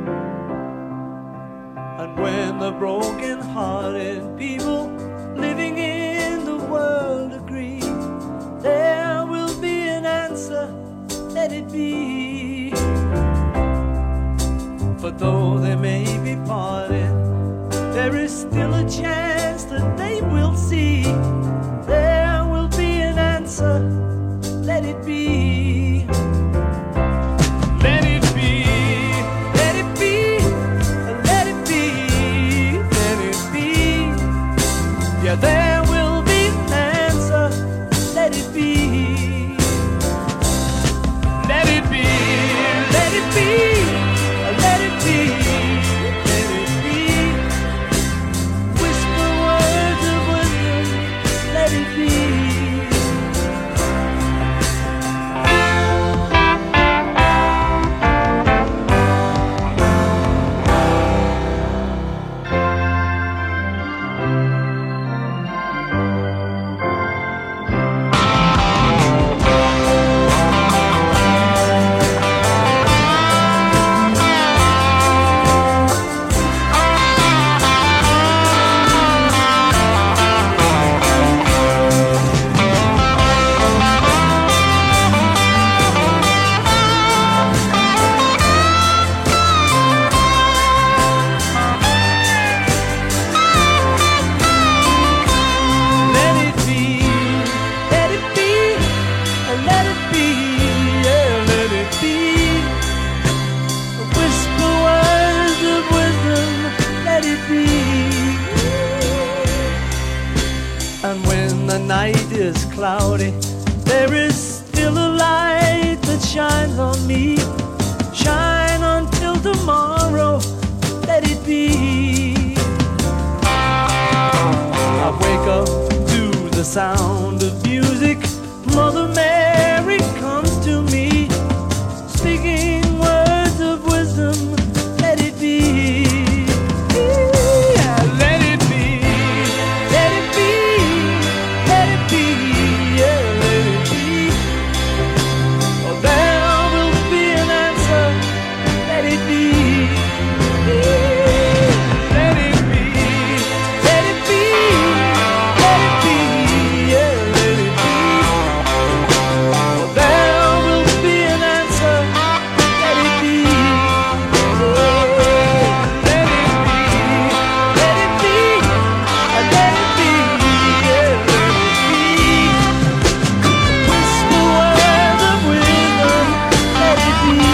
And when the broken-hearted people living in the world agree, there will be an answer, let it be. For But though they may be parted, there is still a chance that they will see. There will be an answer, let it be. Let it be, let it be, let it be, let it be. Yeah, there will be an answer, let it be. Let it be, let it be, let it be, let it be. Whisper words of wisdom, let it be. Let it be, let it be, let it be, yeah, let it be. Whisper words of wisdom, let it be. And when the night is cloudy, there is still a light that shines on me. Shine until tomorrow, let it be. I wake up to the sound of music. Mother Mary comes to me, speaking words of wisdom. Let it be. Yeah, let it be. Let it be. Let it be. Yeah, let it be. Oh, there will be an answer. Let it be. Let it be. Let it be. Let it be. Yeah, let it be. Oh, there will be an answer. Let it be. Let it be. Let it be. Let it be. Yeah, let it be. Whisper words of wisdom. Let it be.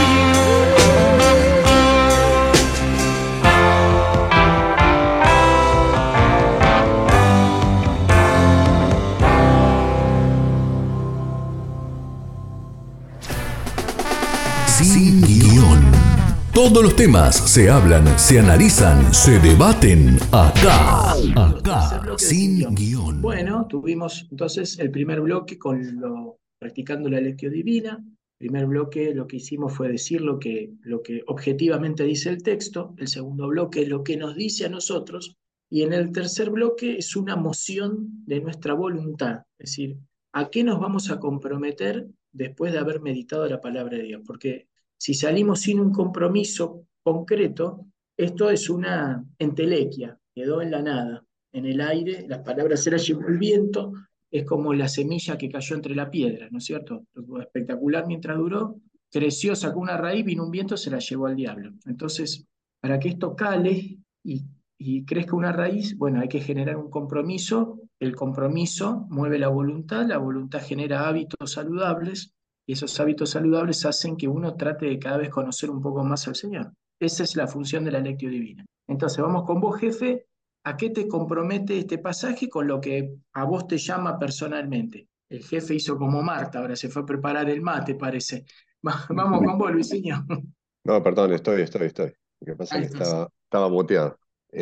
Sin guión. Todos los temas se hablan, se analizan, se debaten acá. Acá, sin guión. Bueno, tuvimos entonces el primer bloque practicando la lectio divina. Primer bloque lo que hicimos fue decir lo que objetivamente dice el texto. El segundo bloque es lo que nos dice a nosotros. Y en el tercer bloque es una moción de nuestra voluntad. Es decir, ¿a qué nos vamos a comprometer después de haber meditado la palabra de Dios? Porque si salimos sin un compromiso concreto, esto es una entelequia, quedó en la nada, en el aire, las palabras se las llevó el viento, es como la semilla que cayó entre la piedra, ¿no es cierto? Espectacular mientras duró, creció, sacó una raíz, vino un viento, se la llevó al diablo. Entonces, para que esto cale y crezca una raíz, bueno, hay que generar un compromiso, el compromiso mueve la voluntad genera hábitos saludables, y esos hábitos saludables hacen que uno trate de cada vez conocer un poco más al Señor. Esa es la función de la lectio divina. Entonces, vamos con vos, jefe. ¿A qué te compromete este pasaje con lo que a vos te llama personalmente? El jefe hizo como Marta, ahora se fue a preparar el mate, parece. Vamos con vos, Luisinho. No, perdón, estoy. Lo que pasa Ahí es que estás. estaba muteado.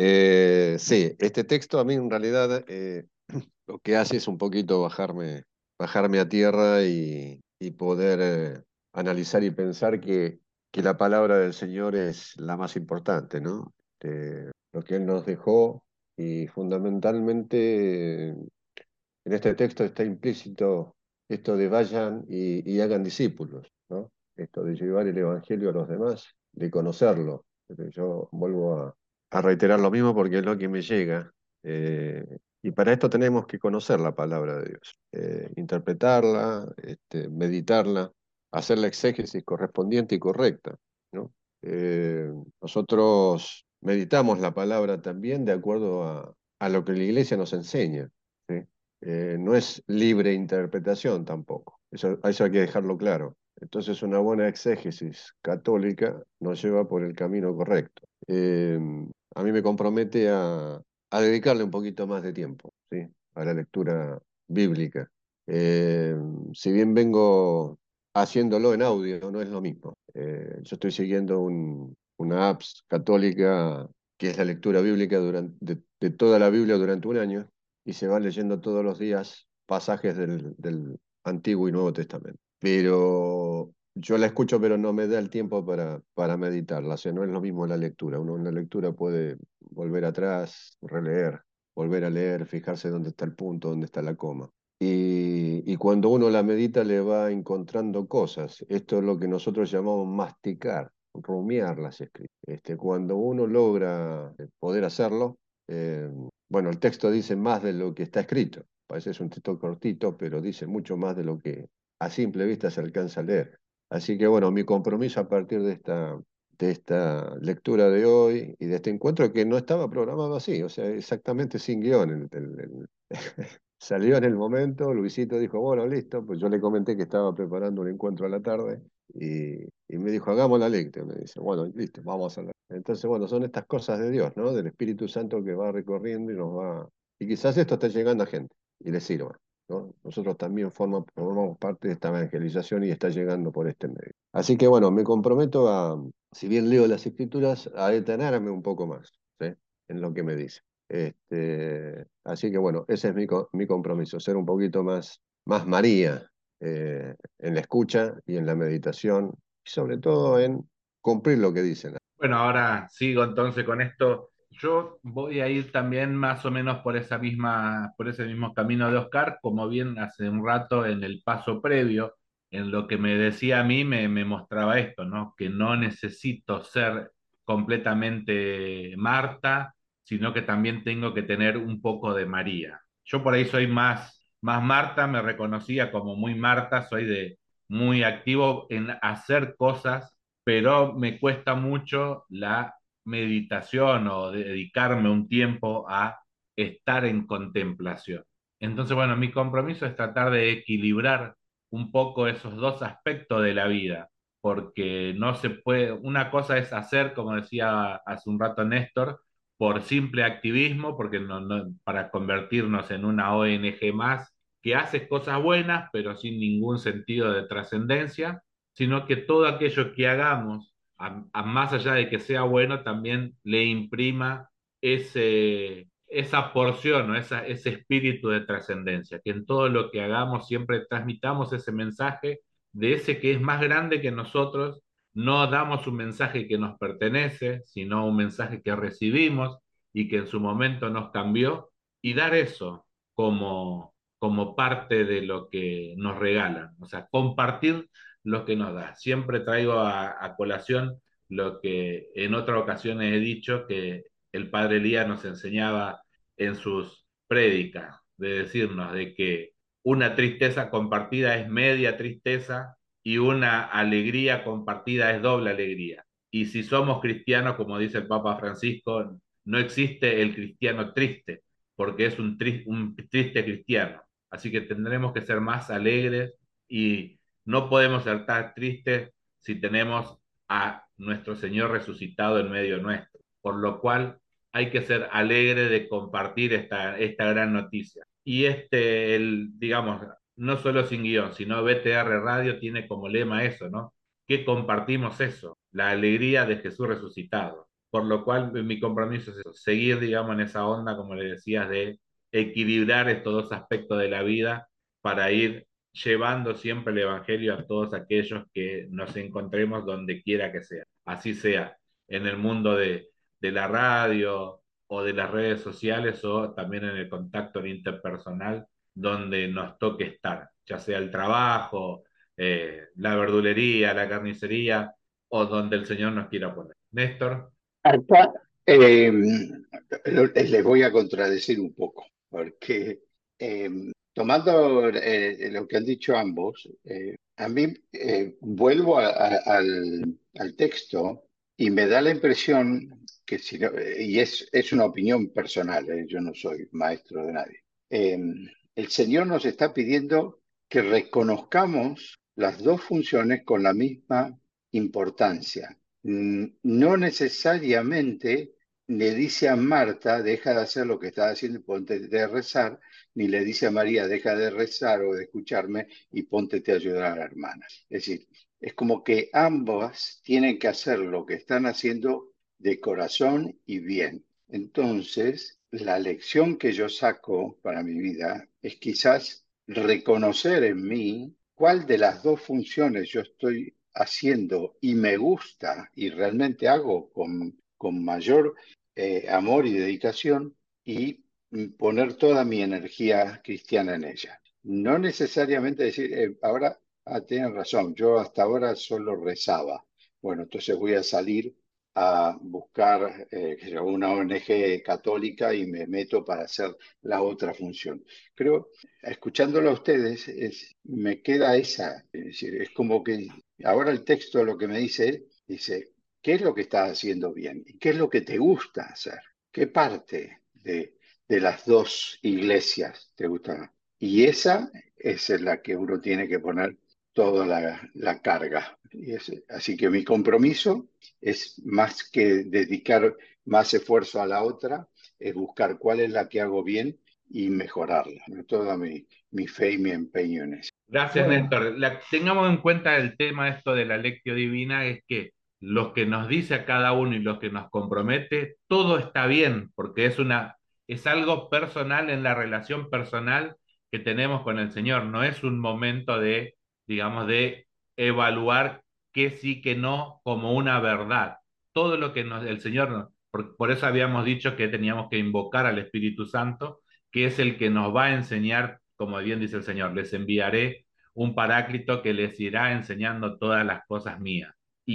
Sí, este texto a mí en realidad lo que hace es un poquito bajarme a tierra y poder analizar y pensar que la palabra del Señor es la más importante, ¿no? Lo que Él nos dejó y fundamentalmente en este texto está implícito esto de vayan y hagan discípulos, ¿no? Esto de llevar el Evangelio a los demás, de conocerlo. Yo vuelvo a reiterar lo mismo porque es lo que me llega. Y para esto tenemos que conocer la palabra de Dios, interpretarla, meditarla, hacer la exégesis correspondiente y correcta, ¿no? Nosotros meditamos la palabra también de acuerdo a lo que la iglesia nos enseña, ¿sí? No es libre interpretación tampoco, eso hay que dejarlo claro. Entonces una buena exégesis católica nos lleva por el camino correcto. A mí me compromete a dedicarle un poquito más de tiempo, ¿sí? A la lectura bíblica. Eh, si bien vengo haciéndolo en audio, no es lo mismo. Yo estoy siguiendo una apps católica que es la lectura bíblica de toda la Biblia durante un año y se va leyendo todos los días pasajes del Antiguo y Nuevo Testamento. Pero yo la escucho, pero no me da el tiempo para meditarla. O sea, no es lo mismo la lectura. Uno en la lectura puede volver atrás, releer, volver a leer, fijarse dónde está el punto, dónde está la coma. Y cuando uno la medita le va encontrando cosas. Esto es lo que nosotros llamamos masticar, rumiar las escrituras. Cuando uno logra poder hacerlo, eh, bueno, el texto dice más de lo que está escrito. Parece es un texto cortito, pero dice mucho más de lo que a simple vista se alcanza a leer. Así que bueno, mi compromiso a partir de esta lectura de hoy y de este encuentro que no estaba programado así, o sea, exactamente sin guión. Salió en el momento, Luisito dijo, bueno, listo, pues yo le comenté que estaba preparando un encuentro a la tarde y me dijo, hagamos la lectura. Me dice, bueno, listo, vamos a hablar. Entonces, bueno, son estas cosas de Dios, ¿no? Del Espíritu Santo que va recorriendo y nos va... Y quizás esto esté llegando a gente y le sirva, ¿no? Nosotros también formamos parte de esta evangelización y está llegando por este medio. Así que, bueno, me comprometo a, si bien leo las Escrituras, a detenerme un poco más, ¿sí? En lo que me dice. Así que bueno, ese es mi compromiso, ser un poquito más María en la escucha y en la meditación, y sobre todo en cumplir lo que dicen. Bueno, ahora sigo entonces con esto. Yo voy a ir también más o menos por ese mismo camino de Oscar, como bien hace un rato en el paso previo, en lo que me decía a mí, me mostraba esto, ¿no? Que no necesito ser completamente Marta, sino que también tengo que tener un poco de María. Yo por ahí soy más Marta, me reconocía como muy Marta, soy de muy activo en hacer cosas, pero me cuesta mucho la meditación o dedicarme un tiempo a estar en contemplación. Entonces, bueno, mi compromiso es tratar de equilibrar un poco esos dos aspectos de la vida, porque no se puede, una cosa es hacer, como decía hace un rato Néstor, por simple activismo, porque para convertirnos en una ONG más, que hace cosas buenas, pero sin ningún sentido de trascendencia, sino que todo aquello que hagamos, más allá de que sea bueno, también le imprima esa porción o ese espíritu de trascendencia, que en todo lo que hagamos siempre transmitamos ese mensaje de ese que es más grande que nosotros, no damos un mensaje que nos pertenece, sino un mensaje que recibimos y que en su momento nos cambió, y dar eso como parte de lo que nos regalan, o sea, compartir lo que nos da. Siempre traigo a colación lo que en otras ocasiones he dicho, que el padre Elías nos enseñaba en sus prédicas, de decirnos de que una tristeza compartida es media tristeza y una alegría compartida es doble alegría. Y si somos cristianos, como dice el Papa Francisco, no existe el cristiano triste, porque es un triste cristiano. Así que tendremos que ser más alegres y no podemos ser tan tristes si tenemos a nuestro Señor resucitado en medio nuestro. Por lo cual hay que ser alegre de compartir esta gran noticia. Y digamos, no solo Sin Guión, sino BTR Radio tiene como lema eso, ¿no? Que compartimos eso, la alegría de Jesús resucitado. Por lo cual mi compromiso es eso, seguir, digamos, en esa onda, como le decías, de equilibrar estos dos aspectos de la vida para ir llevando siempre el Evangelio a todos aquellos que nos encontremos donde quiera que sea. Así sea en el mundo de la radio o de las redes sociales o también en el contacto interpersonal donde nos toque estar, ya sea el trabajo, la verdulería, la carnicería o donde el Señor nos quiera poner. Néstor. Acá les voy a contradecir un poco, porque tomando lo que han dicho ambos, a mí vuelvo al texto Y me da la impresión que si no, y es una opinión personal, yo no soy maestro de nadie. Eh, el Señor nos está pidiendo que reconozcamos las dos funciones con la misma importancia. No necesariamente le dice a Marta, deja de hacer lo que estás haciendo y ponte a rezar, ni le dice a María, deja de rezar o de escucharme y ponte a ayudar a la hermana. Es decir, es como que ambas tienen que hacer lo que están haciendo de corazón y bien. Entonces, la lección que yo saco para mi vida es quizás reconocer en mí cuál de las dos funciones yo estoy haciendo y me gusta y realmente hago con mayor amor y dedicación y poner toda mi energía cristiana en ella. No necesariamente decir, ahora tienen razón, yo hasta ahora solo rezaba. Bueno, entonces voy a salir a buscar una ONG católica y me meto para hacer la otra función. Creo, escuchándolo a ustedes, me queda esa, es decir, es como que ahora el texto lo que me dice, ¿qué es lo que estás haciendo bien? ¿Y qué es lo que te gusta hacer? ¿Qué parte de las dos iglesias te gusta? Y esa es en la que uno tiene que poner toda la carga. Así que mi compromiso es más que dedicar más esfuerzo a la otra, es buscar cuál es la que hago bien y mejorarla. Toda mi fe y mi empeño en eso. Gracias, Bueno, Néstor. Tengamos en cuenta el tema esto de la Lectio Divina, es que lo que nos dice a cada uno y lo que nos compromete, todo está bien, porque es algo personal en la relación personal que tenemos con el Señor. No es un momento de, digamos, de evaluar qué sí, qué no, como una verdad. Todo lo que el Señor por eso habíamos dicho que teníamos que invocar al Espíritu Santo, que es el que nos va a enseñar, como bien dice el Señor, les enviaré un paráclito que les irá enseñando todas las cosas mías.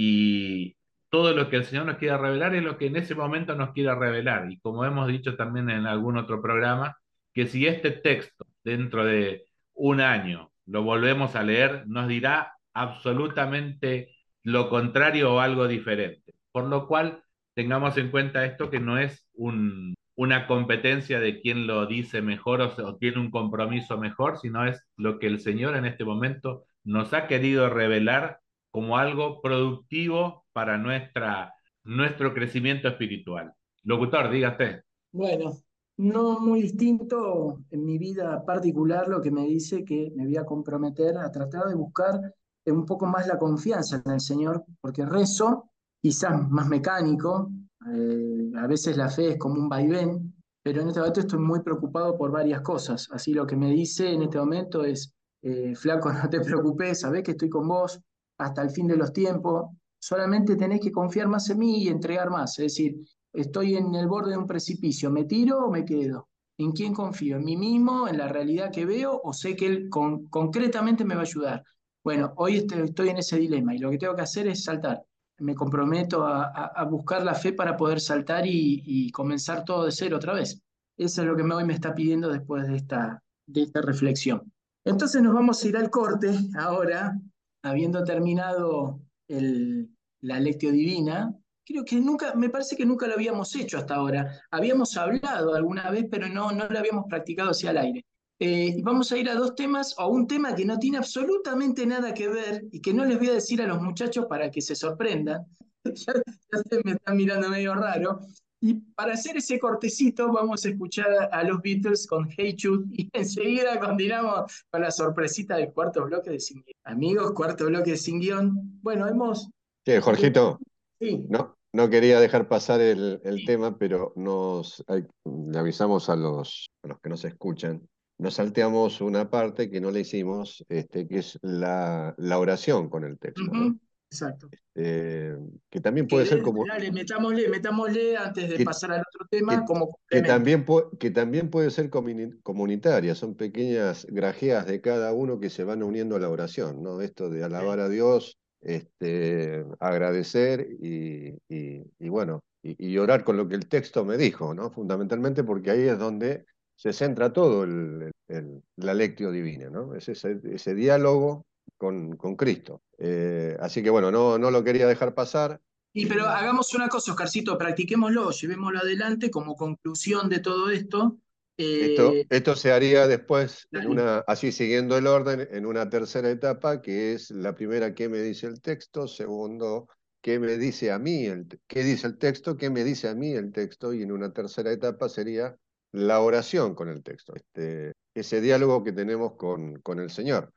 Y todo lo que el Señor nos quiera revelar es lo que en ese momento nos quiera revelar. Y como hemos dicho también en algún otro programa, que si este texto dentro de un año lo volvemos a leer, nos dirá absolutamente lo contrario o algo diferente. Por lo cual, tengamos en cuenta esto, que no es una competencia de quién lo dice mejor o tiene un compromiso mejor, sino es lo que el Señor en este momento nos ha querido revelar como algo productivo para nuestro crecimiento espiritual. Locutor, dígate. bueno, no muy distinto en mi vida particular lo que me dice que me voy a comprometer a tratar de buscar un poco más la confianza en el Señor, porque rezo, quizás más mecánico, a veces la fe es como un vaivén, pero en este momento estoy muy preocupado por varias cosas. Así lo que me dice en este momento es, flaco, no te preocupes, sabés que estoy con vos hasta el fin de los tiempos, solamente tenés que confiar más en mí y entregar más. Es decir, estoy en el borde de un precipicio, ¿me tiro o me quedo? ¿En quién confío? ¿En mí mismo, en la realidad que veo o sé que él concretamente me va a ayudar? Bueno, hoy estoy en ese dilema y lo que tengo que hacer es saltar. Me comprometo a buscar la fe para poder saltar y comenzar todo de cero otra vez. Eso es lo que hoy me está pidiendo después de esta reflexión. Entonces nos vamos a ir al corte ahora, habiendo terminado la Lectio Divina. Creo que nunca, me parece que nunca lo habíamos hecho hasta ahora. Habíamos hablado alguna vez, pero no lo habíamos practicado hacia el aire. Y vamos a ir a dos temas, o a un tema que no tiene absolutamente nada que ver y que no les voy a decir a los muchachos para que se sorprendan. Ya se me están mirando medio raro. Y para hacer ese cortecito, vamos a escuchar a los Beatles con Hey Jude y enseguida continuamos con la sorpresita del cuarto bloque de Sin Guión. Amigos, cuarto bloque de Sin Guión. Bueno, hemos. Che, Jorgito, Sí, no quería dejar pasar el tema, pero le avisamos a los que nos escuchan. Nos salteamos una parte que no le hicimos, que es la oración con el texto, ¿no? exacto. Eh, que también Que puede ser como, dale, metámosle antes de que, pasar al otro tema que, como que complemento. también, que también puede ser comunitaria, son pequeñas grajeas de cada uno que se van uniendo a la oración, ¿no? Esto de alabar a Dios, agradecer y bueno, y orar con lo que el texto me dijo, ¿no? Fundamentalmente porque ahí es donde se centra todo la lectio divina, ¿no? Es ese diálogo con Cristo. Así que bueno, no lo quería dejar pasar. Pero hagamos una cosa, Oscarcito, practiquémoslo, llevémoslo adelante como conclusión de todo esto. Esto se haría después, Dale. así siguiendo el orden, en una tercera etapa, que es la primera, qué me dice el texto, segundo, qué me dice a mí, qué dice el texto, qué me dice a mí el texto, y en una tercera etapa sería la oración con el texto, ese diálogo que tenemos con el Señor.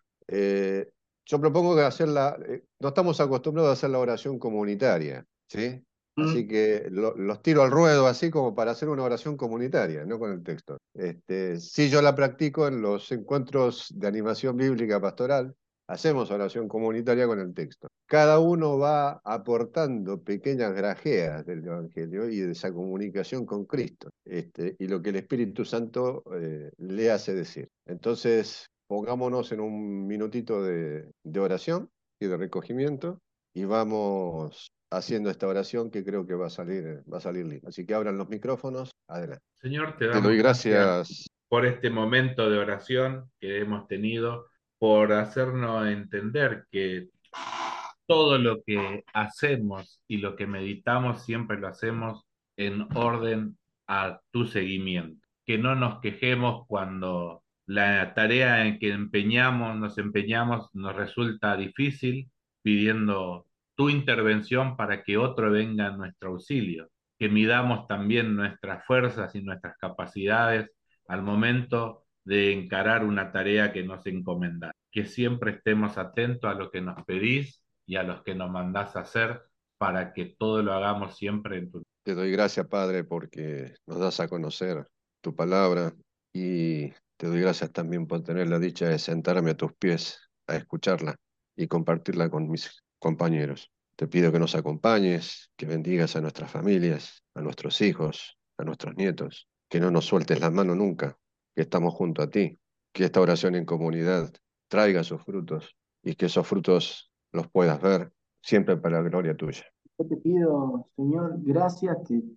Yo propongo que no estamos acostumbrados a hacer la oración comunitaria, ¿sí? Así que los tiro al ruedo así como para hacer una oración comunitaria, no con el texto. Sí, yo la practico en los encuentros de animación bíblica pastoral, hacemos oración comunitaria con el texto. Cada uno va aportando pequeñas grajeas del Evangelio y de esa comunicación con Cristo, y lo que el Espíritu Santo le hace decir. Entonces, pongámonos en un minutito de oración y de recogimiento y vamos haciendo esta oración que creo que va a salir linda. Así que abran los micrófonos, adelante. Señor, te Te damos doy gracias gracias. por este momento de oración que hemos tenido, por hacernos entender que todo lo que hacemos y lo que meditamos siempre lo hacemos en orden a tu seguimiento. Que no nos quejemos cuando la tarea en que nos empeñamos, nos resulta difícil, pidiendo tu intervención para que otro venga en nuestro auxilio. Que midamos también nuestras fuerzas y nuestras capacidades al momento de encarar una tarea que nos encomendás. Que siempre estemos atentos a lo que nos pedís y a los que nos mandás a hacer para que todo lo hagamos siempre en tu. Te doy gracias, Padre, porque nos das a conocer tu palabra y te doy gracias también por tener la dicha de sentarme a tus pies a escucharla y compartirla con mis compañeros. Te pido que nos acompañes, que bendigas a nuestras familias, a nuestros hijos, a nuestros nietos, que no nos sueltes la mano nunca, que estamos junto a ti, que esta oración en comunidad traiga sus frutos y que esos frutos los puedas ver siempre para la gloria tuya. Yo te pido, Señor, gracias,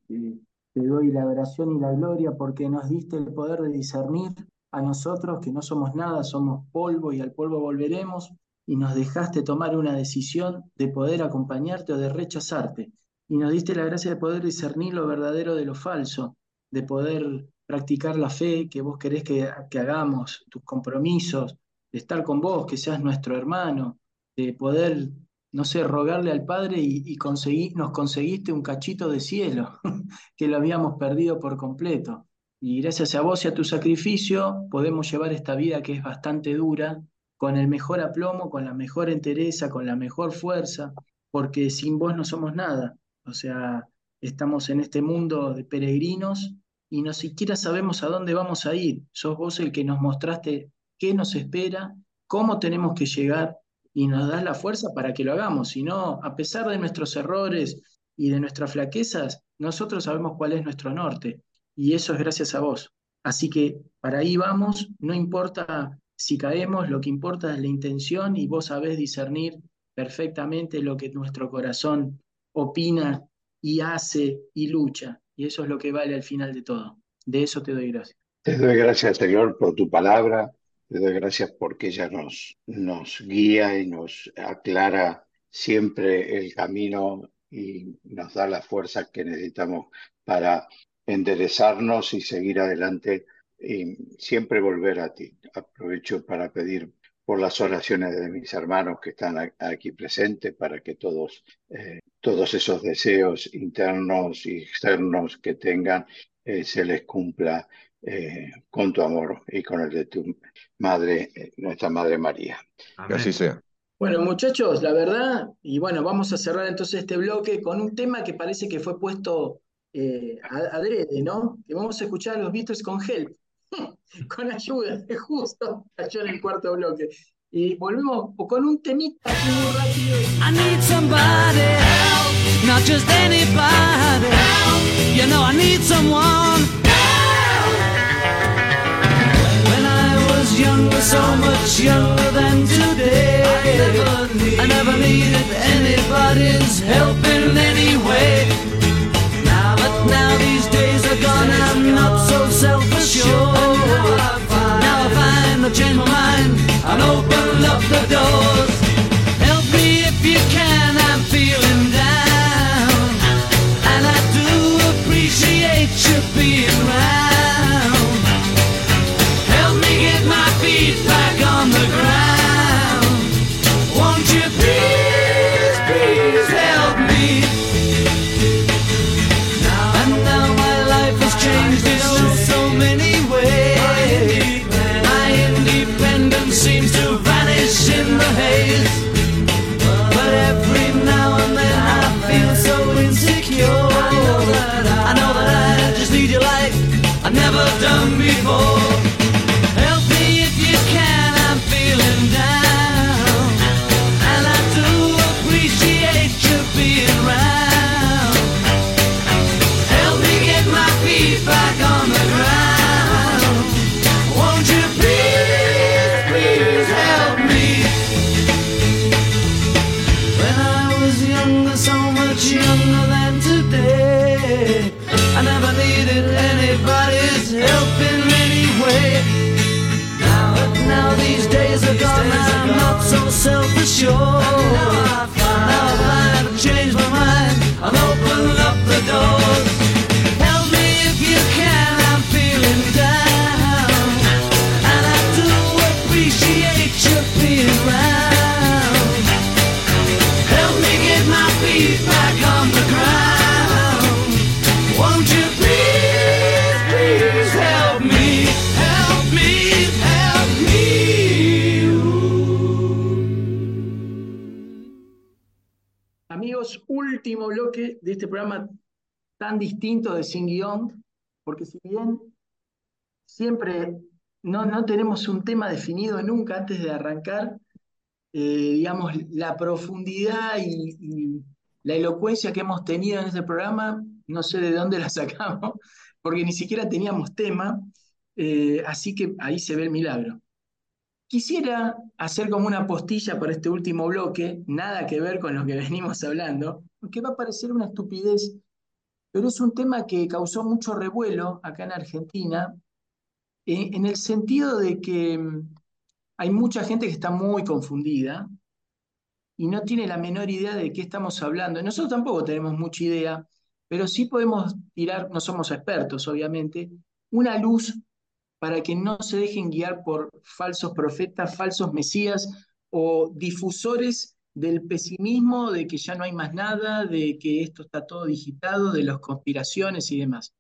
te doy la adoración y la gloria porque nos diste el poder de discernir a nosotros que no somos nada, somos polvo y al polvo volveremos, y nos dejaste tomar una decisión de poder acompañarte o de rechazarte. Y nos diste la gracia de poder discernir lo verdadero de lo falso, de poder practicar la fe que vos querés que hagamos, tus compromisos, de estar con vos, que seas nuestro hermano, de poder, no sé, rogarle al Padre y nos conseguiste un cachito de cielo, que lo habíamos perdido por completo. Y gracias a vos y a tu sacrificio podemos llevar esta vida que es bastante dura, con el mejor aplomo, con la mejor entereza, con la mejor fuerza, porque sin vos no somos nada. O sea, estamos en este mundo de peregrinos y no siquiera sabemos a dónde vamos a ir. Sos vos el que nos mostraste qué nos espera, cómo tenemos que llegar y nos das la fuerza para que lo hagamos. Si no, a pesar de nuestros errores y de nuestras flaquezas, nosotros sabemos cuál es nuestro norte y eso es gracias a vos. Así que para ahí vamos, no importa si caemos, lo que importa es la intención y vos sabés discernir perfectamente lo que nuestro corazón opina y hace y lucha. Y eso es lo que vale al final de todo. De eso te doy gracias. Te doy gracias, Señor, por tu palabra. Te doy gracias porque ella nos guía y nos aclara siempre el camino y nos da la fuerza que necesitamos para enderezarnos y seguir adelante y siempre volver a ti. Aprovecho para pedir por las oraciones de mis hermanos que están aquí presentes para que todos esos deseos internos y externos que tengan se les cumpla con tu amor y con el de tu madre, nuestra Madre María. Amén. Que así sea. Bueno, muchachos, la verdad, y bueno, vamos a cerrar entonces este bloque con un tema que parece que fue puesto adrede, ¿no? Que vamos a escuchar a los Beatles con Help, con ayuda, justo cayó en el cuarto bloque. Y volvemos con un temita aquí muy rápido. I need somebody help, not just anybody help. You know I need someone help. When I was younger, so much younger than today, I never needed anybody's help in any way. But now these days are gone, I'm not so self-assured. Now I find I've changed my mind and open up the doors. Help me if you can, I'm feeling down. último bloque de este programa tan distinto de Sin Guión, porque si bien siempre no tenemos un tema definido nunca antes de arrancar, digamos, la profundidad y la elocuencia que hemos tenido en este programa, no sé de dónde la sacamos, porque ni siquiera teníamos tema, así que ahí se ve el milagro. Quisiera hacer como una postilla para este último bloque, nada que ver con lo que venimos hablando, porque va a parecer una estupidez, pero es un tema que causó mucho revuelo acá en Argentina, en el sentido de que hay mucha gente que está muy confundida y no tiene la menor idea de qué estamos hablando. Nosotros tampoco tenemos mucha idea, pero sí podemos tirar, no somos expertos obviamente, una luz para que no se dejen guiar por falsos profetas, falsos mesías o difusores del pesimismo, de que ya no hay más nada, de que esto está todo digitado, de las conspiraciones y demás.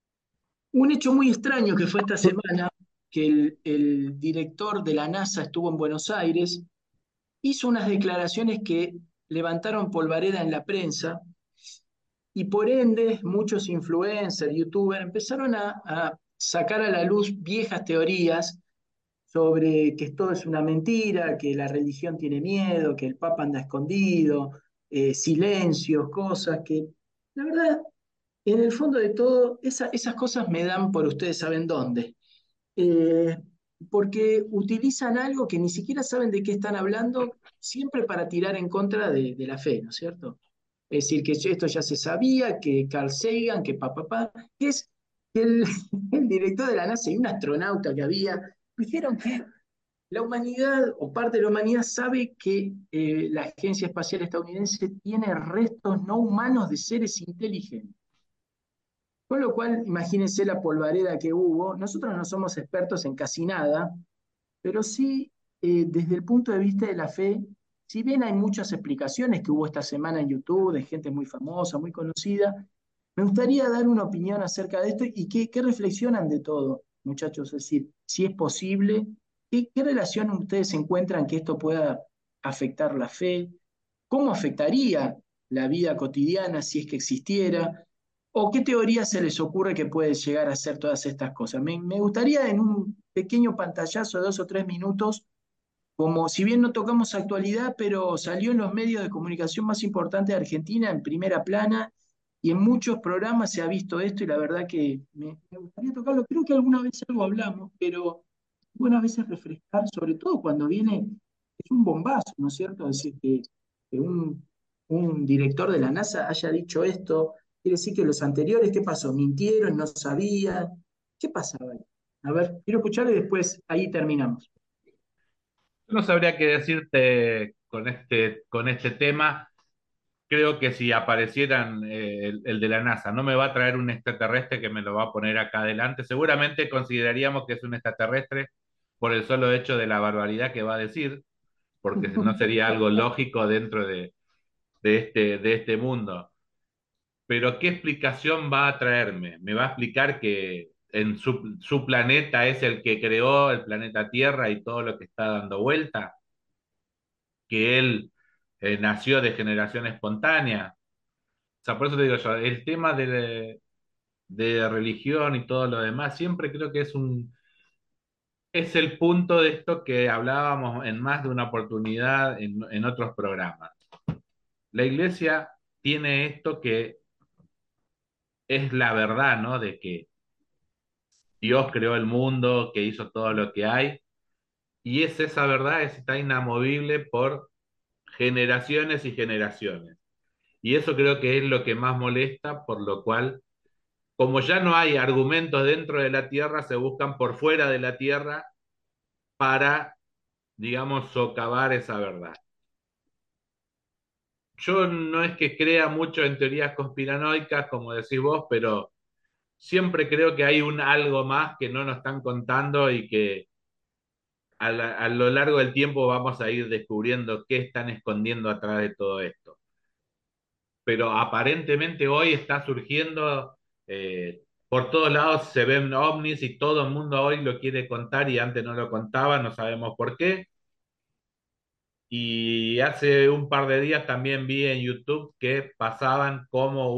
Un hecho muy extraño que fue esta semana, que el director de la NASA estuvo en Buenos Aires, hizo unas declaraciones que levantaron polvareda en la prensa y por ende muchos influencers, youtubers empezaron a sacar a la luz viejas teorías sobre que todo es una mentira, que la religión tiene miedo, que el Papa anda escondido, silencios, cosas que, la verdad, en el fondo de todo, esas cosas me dan por ustedes saben dónde. Eh, Porque utilizan algo que ni siquiera saben de qué están hablando, siempre para tirar en contra de la fe, ¿no es cierto? Es decir, que esto ya se sabía, que Carl Sagan, que papá, que es el, el director de la NASA y un astronauta que había, dijeron que la humanidad o parte de la humanidad sabe que la Agencia Espacial Estadounidense tiene restos no humanos de seres inteligentes. Con lo cual, imagínense la polvareda que hubo. Nosotros no somos expertos en casi nada, pero sí, desde el punto de vista de la fe, si bien hay muchas explicaciones que hubo esta semana en YouTube de gente muy famosa, muy conocida, me gustaría dar una opinión acerca de esto y qué reflexionan de todo, muchachos. Es decir, si es posible, qué relación ustedes encuentran que esto pueda afectar la fe, cómo afectaría la vida cotidiana si es que existiera, o qué teoría se les ocurre que puede llegar a hacer todas estas cosas. Me gustaría en un pequeño pantallazo de 2 o 3 minutos, como si bien no tocamos actualidad, pero salió en los medios de comunicación más importantes de Argentina en primera plana y en muchos programas se ha visto esto y la verdad que me gustaría tocarlo. Creo que alguna vez algo hablamos, pero buenas veces refrescar, sobre todo cuando viene, es un bombazo, ¿no es cierto? Es decir, que un director de la NASA haya dicho esto, quiere decir que los anteriores, ¿qué pasó? ¿Mintieron? ¿No sabían? ¿Qué pasaba ahí? A ver, quiero escuchar y después ahí terminamos. No sabría qué decirte con este tema. Creo que si aparecieran el de la NASA, no me va a traer un extraterrestre que me lo va a poner acá adelante. Seguramente consideraríamos que es un extraterrestre por el solo hecho de la barbaridad que va a decir, porque no sería algo lógico dentro de este mundo. Pero ¿qué explicación va a traerme? ¿Me va a explicar que en su planeta es el que creó el planeta Tierra y todo lo que está dando vuelta? ¿Que él nació de generación espontánea? O sea, por eso te digo yo, el tema de religión y todo lo demás, siempre creo que es el punto de esto que hablábamos en más de una oportunidad en otros programas. La iglesia tiene esto que es la verdad, ¿no? De que Dios creó el mundo, que hizo todo lo que hay, y es esa verdad, está inamovible por generaciones y generaciones. Y eso creo que es lo que más molesta, por lo cual, como ya no hay argumentos dentro de la tierra, se buscan por fuera de la tierra para, digamos, socavar esa verdad. Yo no es que crea mucho en teorías conspiranoicas, como decís vos, pero siempre creo que hay un algo más que no nos están contando y que a lo largo del tiempo vamos a ir descubriendo qué están escondiendo atrás de todo esto. Pero aparentemente hoy está surgiendo, por todos lados se ven ovnis y todo el mundo hoy lo quiere contar y antes no lo contaba, no sabemos por qué. Y hace un par de días también vi en YouTube que pasaban como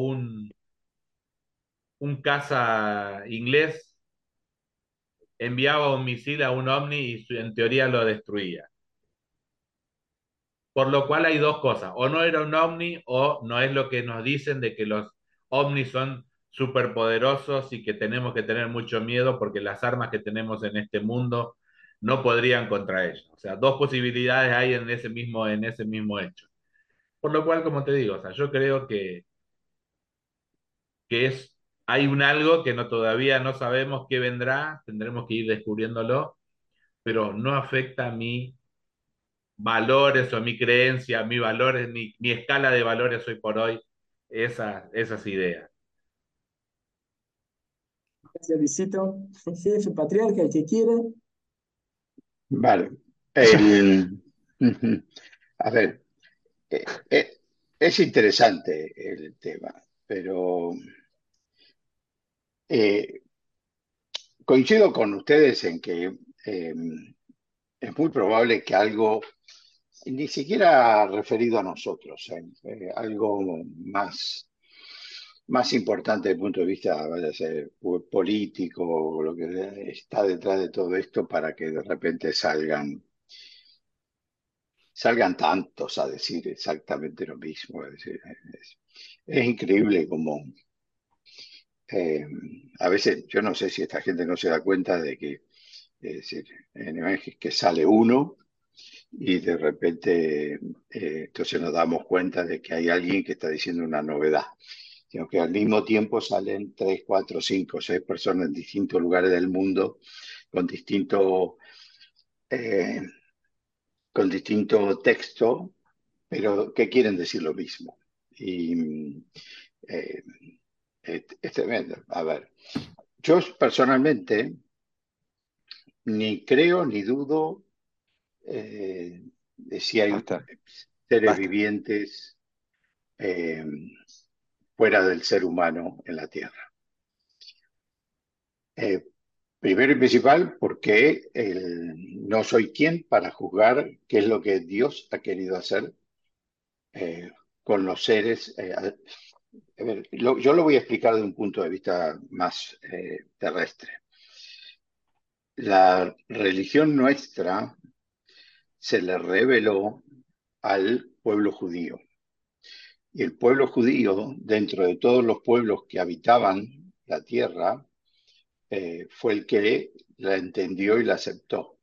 un caza inglés enviaba un misil a un ovni y en teoría lo destruía. Por lo cual hay dos cosas, o no era un ovni o no es lo que nos dicen de que los ovnis son superpoderosos y que tenemos que tener mucho miedo porque las armas que tenemos en este mundo no podrían contra ellos. O sea, dos posibilidades hay en ese mismo hecho. Por lo cual, como te digo, o sea, yo creo que hay un algo que no, todavía no sabemos qué vendrá, tendremos que ir descubriéndolo, pero no afecta a mi valores o mi creencia, mi valores, mi escala de valores hoy por hoy, esas ideas. Gracias, Luisito. Jefe, patriarca, el que quiera. Vale. El- a ver, es interesante el tema, pero eh, coincido con ustedes en que es muy probable que algo, ni siquiera referido a nosotros, algo más importante desde el punto de vista, vaya a ser político, o lo que está detrás de todo esto para que de repente salgan tantos a decir exactamente lo mismo. Es decir, es increíble como eh, a veces yo no sé si esta gente no se da cuenta de que, es decir, en que sale uno y de repente entonces nos damos cuenta de que hay alguien que está diciendo una novedad, sino que al mismo tiempo salen tres, cuatro, cinco, seis personas en distintos lugares del mundo con eh, con distinto texto, pero que quieren decir lo mismo. Y eh, es tremendo. A ver, yo personalmente ni creo ni dudo de si hay Basta, seres basta. vivientes eh, fuera del ser humano en la Tierra. Eh, Primero y principal, porque no soy quien para juzgar qué es lo que Dios ha querido hacer eh, con los seres. A ver, yo lo voy a explicar de un punto de vista más terrestre. La religión nuestra se le reveló al pueblo judío. Y el pueblo judío, dentro de todos los pueblos que habitaban la tierra, fue el que la entendió y la aceptó.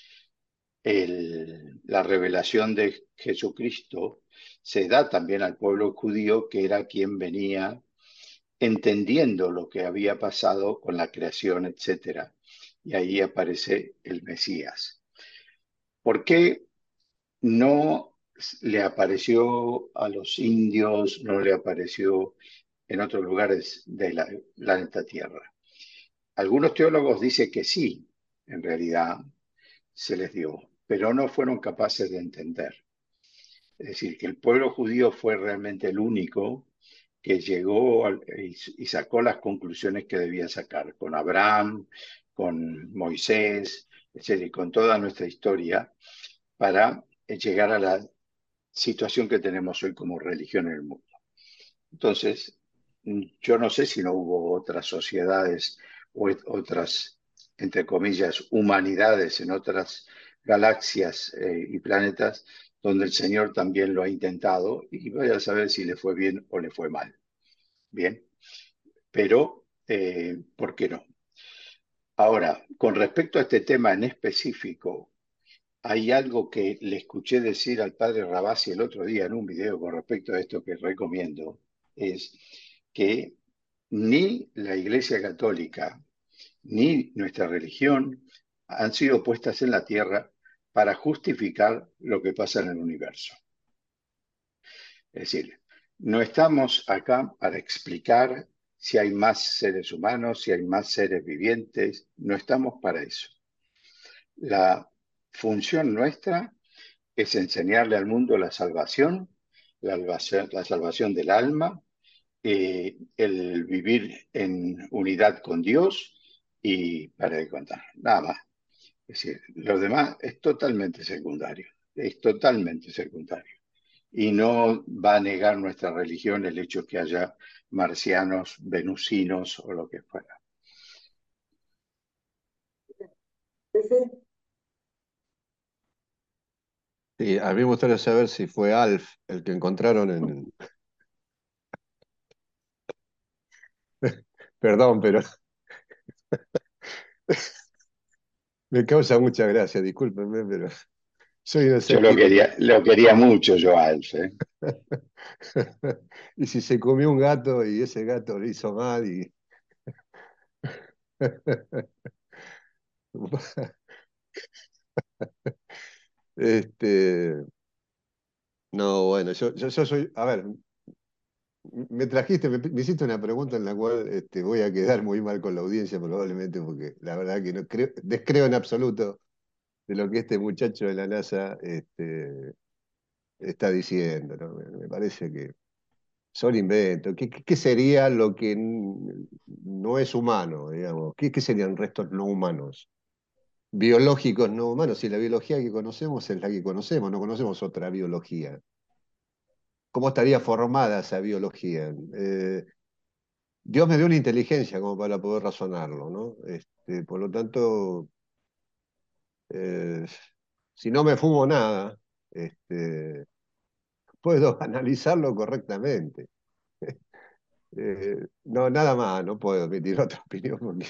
La revelación de Jesucristo se da también al pueblo judío, que era quien venía entendiendo lo que había pasado con la creación, etcétera. Y ahí aparece el Mesías. ¿Por qué no le apareció a los indios, no le apareció en otros lugares del planeta Tierra? Algunos teólogos dicen que sí, en realidad se les dio, pero no fueron capaces de entender. Es decir, que el pueblo judío fue realmente el único que llegó y sacó las conclusiones que debía sacar, con Abraham, con Moisés, etcétera, y con toda nuestra historia, para llegar a la situación que tenemos hoy como religión en el mundo. Entonces, yo no sé si no hubo otras sociedades o otras, entre comillas, humanidades en otras galaxias y planetas donde el Señor también lo ha intentado y vaya a saber si le fue bien o le fue mal. Bien, pero ¿por qué no? Ahora, con respecto a este tema en específico, hay algo que le escuché decir al padre Rabasi el otro día en un video con respecto a esto que recomiendo, es que ni la Iglesia Católica ni nuestra religión han sido puestas en la tierra para justificar lo que pasa en el universo. Es decir, no estamos acá para explicar si hay más seres humanos, si hay más seres vivientes, no estamos para eso. La función nuestra es enseñarle al mundo la salvación del alma, el vivir en unidad con Dios y para de contar, nada más. Es decir, lo demás es totalmente secundario. es totalmente secundario. Y no va a negar nuestra religión el hecho que haya marcianos, venusinos o lo que fuera. Sí, a mí me gustaría saber si fue Alf el que encontraron en... Perdón, pero me causa mucha gracia, discúlpenme, pero soy un Yo escéptico. lo quería mucho yo a Alf, ¿eh? Y si se comió un gato y ese gato le hizo mal y... Este, no, bueno, yo soy, a ver, me trajiste, me hiciste una pregunta en la cual voy a quedar muy mal con la audiencia probablemente porque la verdad que no creo, descreo en absoluto de lo que este muchacho de la NASA está diciendo, ¿no? Me parece que son inventos. ¿Qué sería lo que no es humano, digamos? ¿Qué serían restos no humanos? Biológicos no humanos. Si la biología que conocemos es la que conocemos, no conocemos otra biología. ¿Cómo estaría formada esa biología? Dios me dio una inteligencia como para poder razonarlo, ¿no? Por lo tanto, eh, si no me fumo nada, puedo analizarlo correctamente. No, nada más, no puedo emitir otra opinión porque,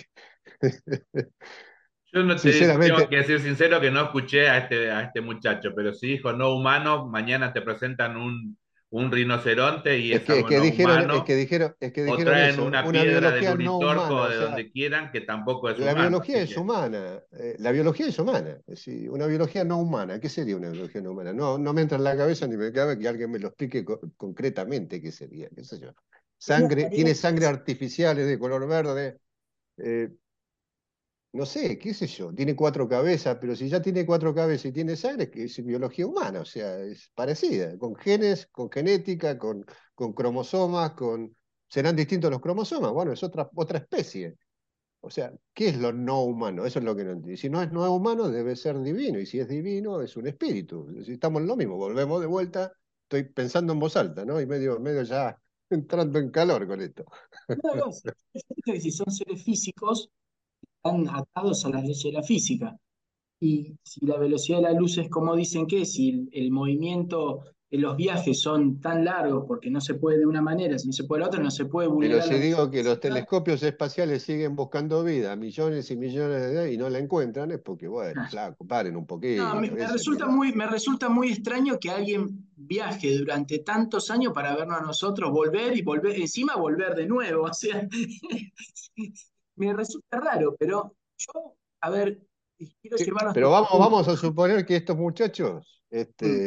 Yo no te tengo sinceramente, que decir sincero que no escuché a este muchacho, pero si dijo no humano, mañana te presentan un rinoceronte y es es algo que no dijeron, es que humano, dijeron, es que o dijeron traen eso, una una piedra del biología no Uritorco humana, o o de sea, donde quieran, que tampoco es la humano. biología Así es que humana, la biología es humana, es decir, una biología no humana, ¿qué sería una biología no humana? No, no me entra en la cabeza ni me cabe que alguien me lo explique concretamente qué sería, qué sé yo. Sangre, tiene sangre artificial, es de color verde, eh, no sé, qué sé yo, tiene cuatro cabezas, pero si ya tiene cuatro cabezas y tiene sangre, es que es biología humana, o sea, es parecida, con genes, con genética, con cromosomas, ¿serán distintos los cromosomas? Bueno, es otra especie. O sea, ¿qué es lo no humano? Eso es lo que no entiendo. Si no es no humano, debe ser divino, y si es divino, es un espíritu. Si estamos en lo mismo, volvemos de vuelta, estoy pensando en voz alta, ¿no? Y medio ya entrando en calor con esto. No, no, si son seres físicos, están atados a las leyes de la física. Y si la velocidad de la luz es como dicen que es, si el movimiento, los viajes son tan largos porque no se puede de una manera, si no se puede de la otra, no se puede Pero vulnerar si la ley de digo la que los física. telescopios espaciales siguen buscando vida, millones y millones de años, y no la encuentran, es porque, bueno, flaco, paren un No, poquito, qué sé yo. me resulta muy extraño que alguien viaje durante tantos años para vernos a nosotros volver y volver, encima volver de nuevo. O sea, me resulta raro, pero yo, a ver, quiero Sí, llevar nuestro pero vamos producto. a suponer que estos muchachos, Mm.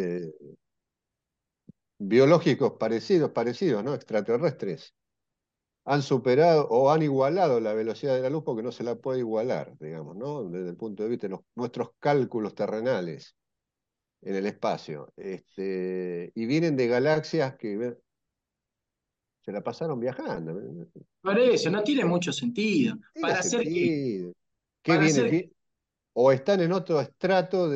biológicos parecidos, ¿no? Extraterrestres, han superado o han igualado la velocidad de la luz porque no se la puede igualar, digamos, ¿no? Desde el punto de vista de nuestros cálculos terrenales en el espacio. Y vienen de galaxias que se la pasaron viajando. Por eso, no tiene mucho sentido. Tiene ¿Para hacer qué? sentido. ¿Qué Para viene? hacer O están en otro estrato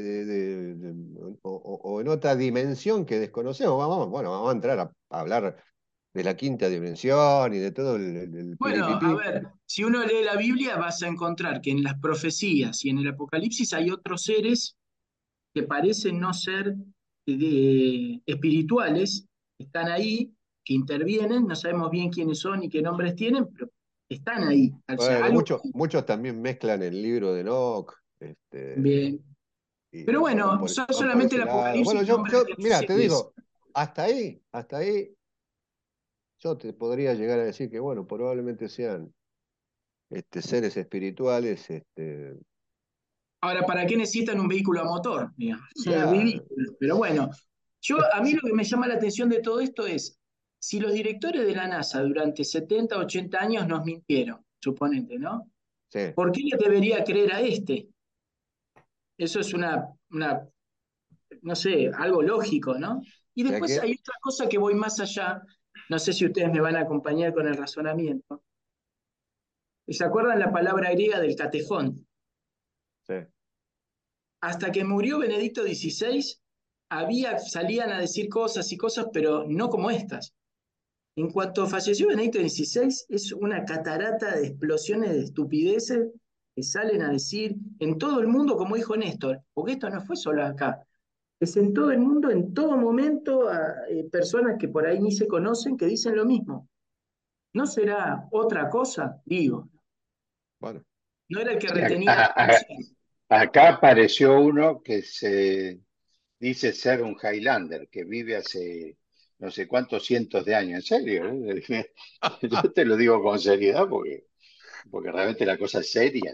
o en otra dimensión que desconocemos. Vamos a entrar a hablar de la quinta dimensión y de todo el Bueno, a piripipi. ver, si uno lee la Biblia vas a encontrar que en las profecías y en el Apocalipsis hay otros seres que parecen no ser espirituales, están ahí, que intervienen, no sabemos bien quiénes son y qué nombres tienen, pero están ahí. O sea, Bueno, algo muchos también mezclan el libro de Enoch, bien. Pero y bueno, son van por solamente ese el lado. Bueno, Apocalipsis nombres de mira, te seres. digo, hasta ahí, yo te podría llegar a decir que, bueno, probablemente sean seres espirituales, Ahora, ¿para qué necesitan un vehículo a motor? Digamos? claro. Ridículo. Pero bueno, a mí lo que me llama la atención de todo esto es, si los directores de la NASA durante 70, 80 años nos mintieron, suponete, ¿no? Sí. ¿Por qué le debería creer a este? Eso es no sé, algo lógico, ¿no? Y O sea después que, hay otra cosa que voy más allá, no sé si ustedes me van a acompañar con el razonamiento. ¿Se acuerdan la palabra griega del catejón? sí. hasta que murió Benedicto XVI, salían a decir cosas y cosas, pero no como estas. En cuanto falleció Benedicto XVI, es una catarata de explosiones de estupideces que salen a decir en todo el mundo, como dijo Néstor, porque esto no fue solo acá, es en todo el mundo, en todo momento, personas que por ahí ni se conocen que dicen lo mismo. ¿No será otra cosa? Digo, Bueno, no era el que Sí, retenía las cosas. acá apareció uno que se dice ser un Highlander, que vive hace no sé cuántos cientos de años. En serio, ¿eh? Yo te lo digo con seriedad porque realmente la cosa es seria,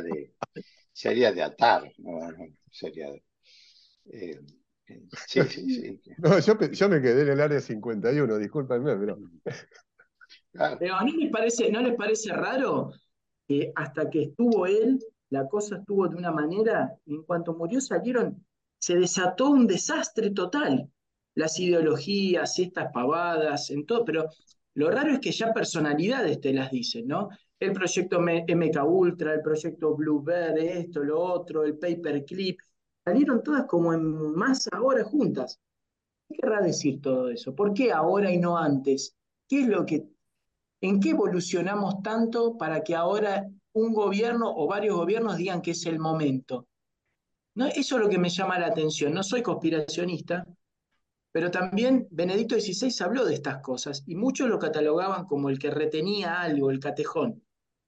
seria de atar, no, seria de, eh, sí, sí, sí. no, yo me quedé en el área 51, discúlpenme, pero Claro. Pero ¿no les parece raro que hasta que estuvo él, la cosa estuvo de una manera, y en cuanto murió se desató un desastre total? Las ideologías, estas pavadas, en todo, pero lo raro es que ya personalidades te las dicen, ¿no? El proyecto MK Ultra, el proyecto Bluebird, esto, lo otro, el Paperclip, salieron todas como en masa ahora juntas. ¿Qué querrá decir todo eso? ¿Por qué ahora y no antes? ¿Qué es lo que ¿En qué evolucionamos tanto para que ahora un gobierno o varios gobiernos digan que es el momento? ¿No? Eso es lo que me llama la atención. No soy conspiracionista, pero también Benedicto XVI habló de estas cosas y muchos lo catalogaban como el que retenía algo, el catejón.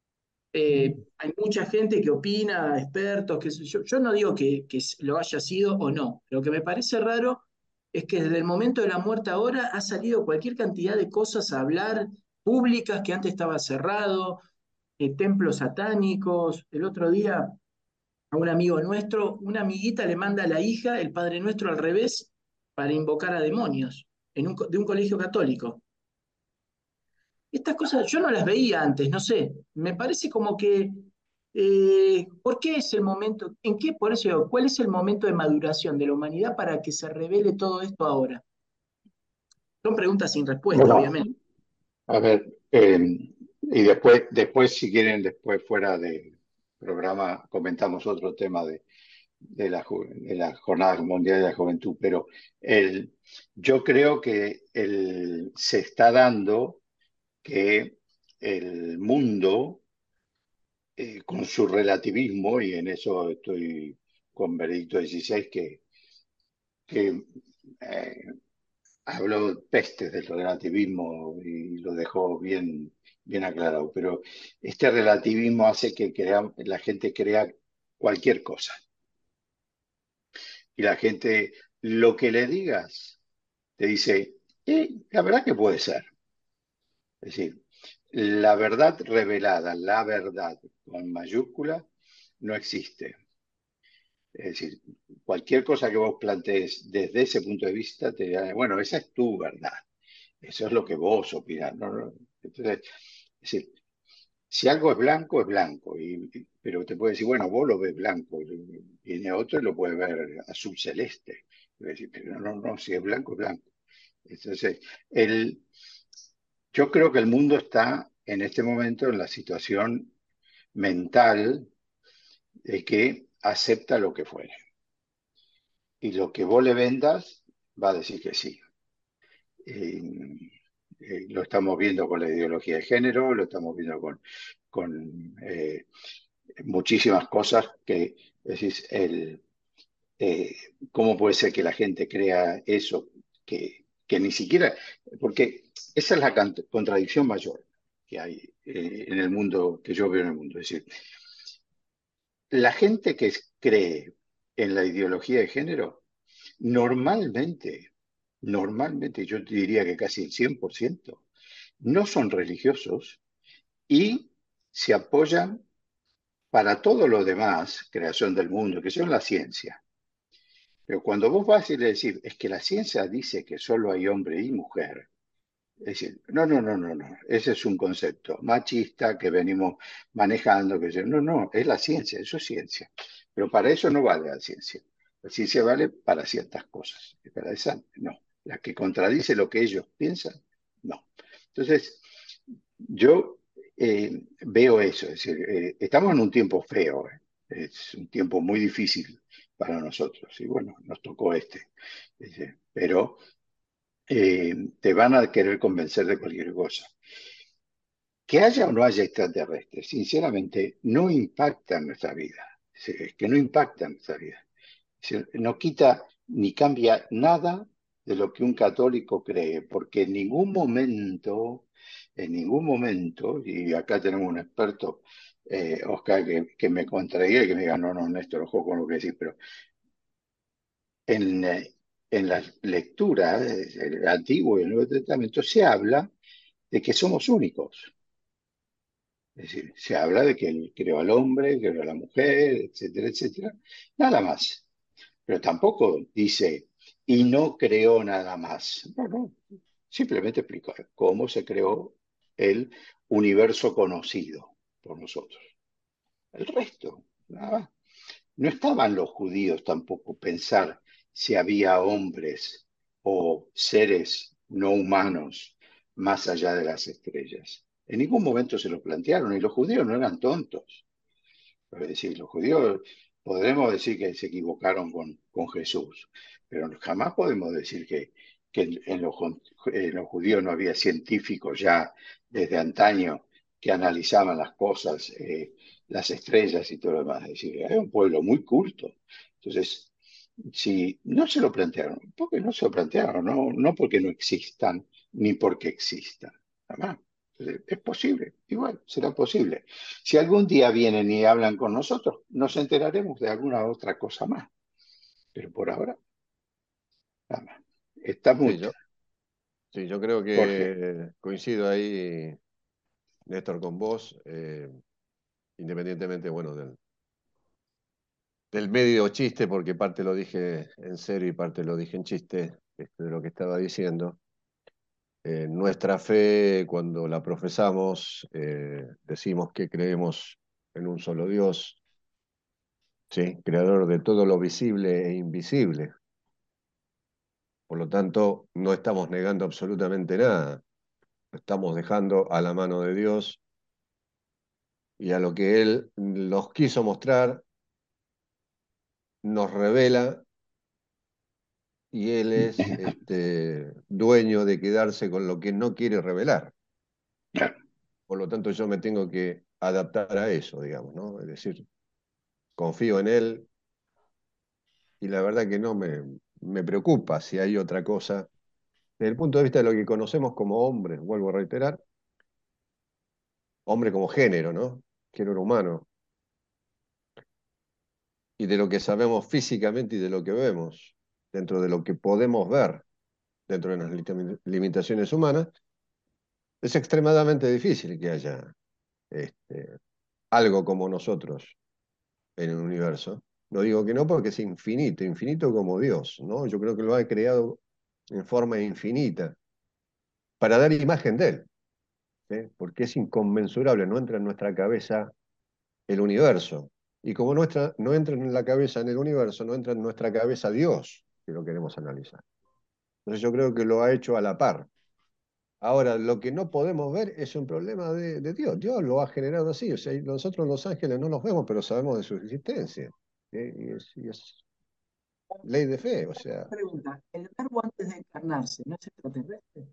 Hay mucha gente que opina, expertos, que yo no digo que lo haya sido o no. Lo que me parece raro es que desde el momento de la muerte ahora ha salido cualquier cantidad de cosas a hablar, públicas, que antes estaba cerrado, templos satánicos. El otro día a un amigo nuestro, una amiguita le manda a la hija el Padre Nuestro al revés para invocar a demonios de un colegio católico. Estas cosas yo no las veía antes, no sé, me parece como que, ¿por qué es el momento, por eso, cuál es el momento de maduración de la humanidad para que se revele todo esto ahora? Son preguntas sin respuesta, Bueno, obviamente. a ver, y después, si quieren, después fuera de programa, comentamos otro tema de la Jornada Mundial de la Juventud, pero el, yo creo que se está dando que el mundo, con su relativismo, y en eso estoy con Benedicto XVI, que eh, habló pestes del relativismo y lo dejó bien aclarado, pero este relativismo hace que la gente crea cualquier cosa. Y la gente, lo que le digas, te dice, la verdad que puede ser. Es decir, la verdad revelada, la verdad con mayúscula, no existe. Es decir, cualquier cosa que vos plantees desde ese punto de vista, te dirán, bueno, esa es tu verdad. Eso es lo que vos opinás. ¿No? Entonces, es decir, si algo es blanco, pero te puede decir, bueno, vos lo ves blanco, y viene otro y lo puede ver azul celeste. Decir, pero no, si es blanco, es blanco. Entonces, yo creo que el mundo está en este momento en la situación mental de que acepta lo que fuere. Y lo que vos le vendas va a decir que sí. Eh, lo estamos viendo con la ideología de género, lo estamos viendo con muchísimas cosas que decís, eh, ¿cómo puede ser que la gente crea eso? Que ni siquiera, porque esa es la contradicción mayor que hay en el mundo, que yo veo en el mundo. Es decir, la gente que cree en la ideología de género, normalmente yo te diría que casi el 100%, no son religiosos y se apoyan para todo lo demás, creación del mundo, que son la ciencia. Pero cuando vos vas y le decís, es que la ciencia dice que solo hay hombre y mujer, es decir, no, ese es un concepto machista que venimos manejando, no, es la ciencia, eso es ciencia. Pero para eso no vale la ciencia. La ciencia vale para ciertas cosas, y para esa no. La que contradice lo que ellos piensan, no. Entonces, yo veo eso, es decir, estamos en un tiempo feo, es un tiempo muy difícil para nosotros. Y bueno, nos tocó este. Pero te van a querer convencer de cualquier cosa. Que haya o no haya extraterrestres, sinceramente, no impacta en nuestra vida. Es que no impacta en nuestra vida. No quita ni cambia nada de lo que un católico cree, porque en ningún momento, y acá tenemos un experto, Oscar, que me contradiga y que me diga, no, no, Néstor, ojo con lo que decís, pero en las lecturas del Antiguo y el Nuevo Testamento se habla de que somos únicos. Es decir, se habla de que él creó al hombre, creó a la mujer, etcétera, etcétera. Nada más. Pero tampoco dice, y no creó nada más. No, no. Simplemente explica cómo se creó el universo conocido por nosotros. El resto, nada más. No estaban los judíos tampoco pensar si había hombres o seres no humanos más allá de las estrellas. En ningún momento se lo plantearon y los judíos no eran tontos. Es decir, los judíos podremos decir que se equivocaron con Jesús, pero jamás podemos decir que en los judíos no había científicos ya desde antaño que analizaban las cosas, las estrellas y todo lo demás. Es decir, era un pueblo muy culto. Entonces, si no se lo plantearon, porque no se lo plantearon, no, no porque no existan, ni porque existan. Jamás. Es posible, igual será posible. Si algún día vienen y hablan con nosotros, nos enteraremos de alguna otra cosa más. Pero por ahora, nada más. Está Sí, mucho. yo creo Jorge, que coincido ahí, Néstor, con vos, independientemente, bueno, del medio chiste, porque parte lo dije en serio y parte lo dije en chiste, de lo que estaba diciendo. Nuestra fe, cuando la profesamos, decimos que creemos en un solo Dios, ¿sí? Creador de todo lo visible e invisible. Por lo tanto, no estamos negando absolutamente nada. Lo estamos dejando a la mano de Dios y a lo que Él nos quiso mostrar, nos revela y Él es dueño de quedarse con lo que no quiere revelar. Por lo tanto, yo me tengo que adaptar a eso, digamos, ¿no? Es decir, confío en Él y la verdad que no me preocupa si hay otra cosa. Desde el punto de vista de lo que conocemos como hombres, vuelvo a reiterar, hombre como género, ¿no? Género humano. Y de lo que sabemos físicamente y de lo que vemos, dentro de lo que podemos ver, dentro de las limitaciones humanas, es extremadamente difícil que haya algo como nosotros en el universo. No digo que no porque es infinito, infinito como Dios, ¿no? Yo creo que lo ha creado en forma infinita para dar imagen de Él, ¿sí? Porque es inconmensurable, no entra en nuestra cabeza el universo. Y como no entra en la cabeza en el universo, no entra en nuestra cabeza Dios, que lo queremos analizar. Entonces yo creo que lo ha hecho a la par. Ahora, lo que no podemos ver es un problema de Dios. Dios lo ha generado así. O sea, nosotros los ángeles no los vemos, pero sabemos de su existencia. Y es ley de fe. O sea, Pregunta, ¿el verbo antes de encarnarse no es extraterrestre?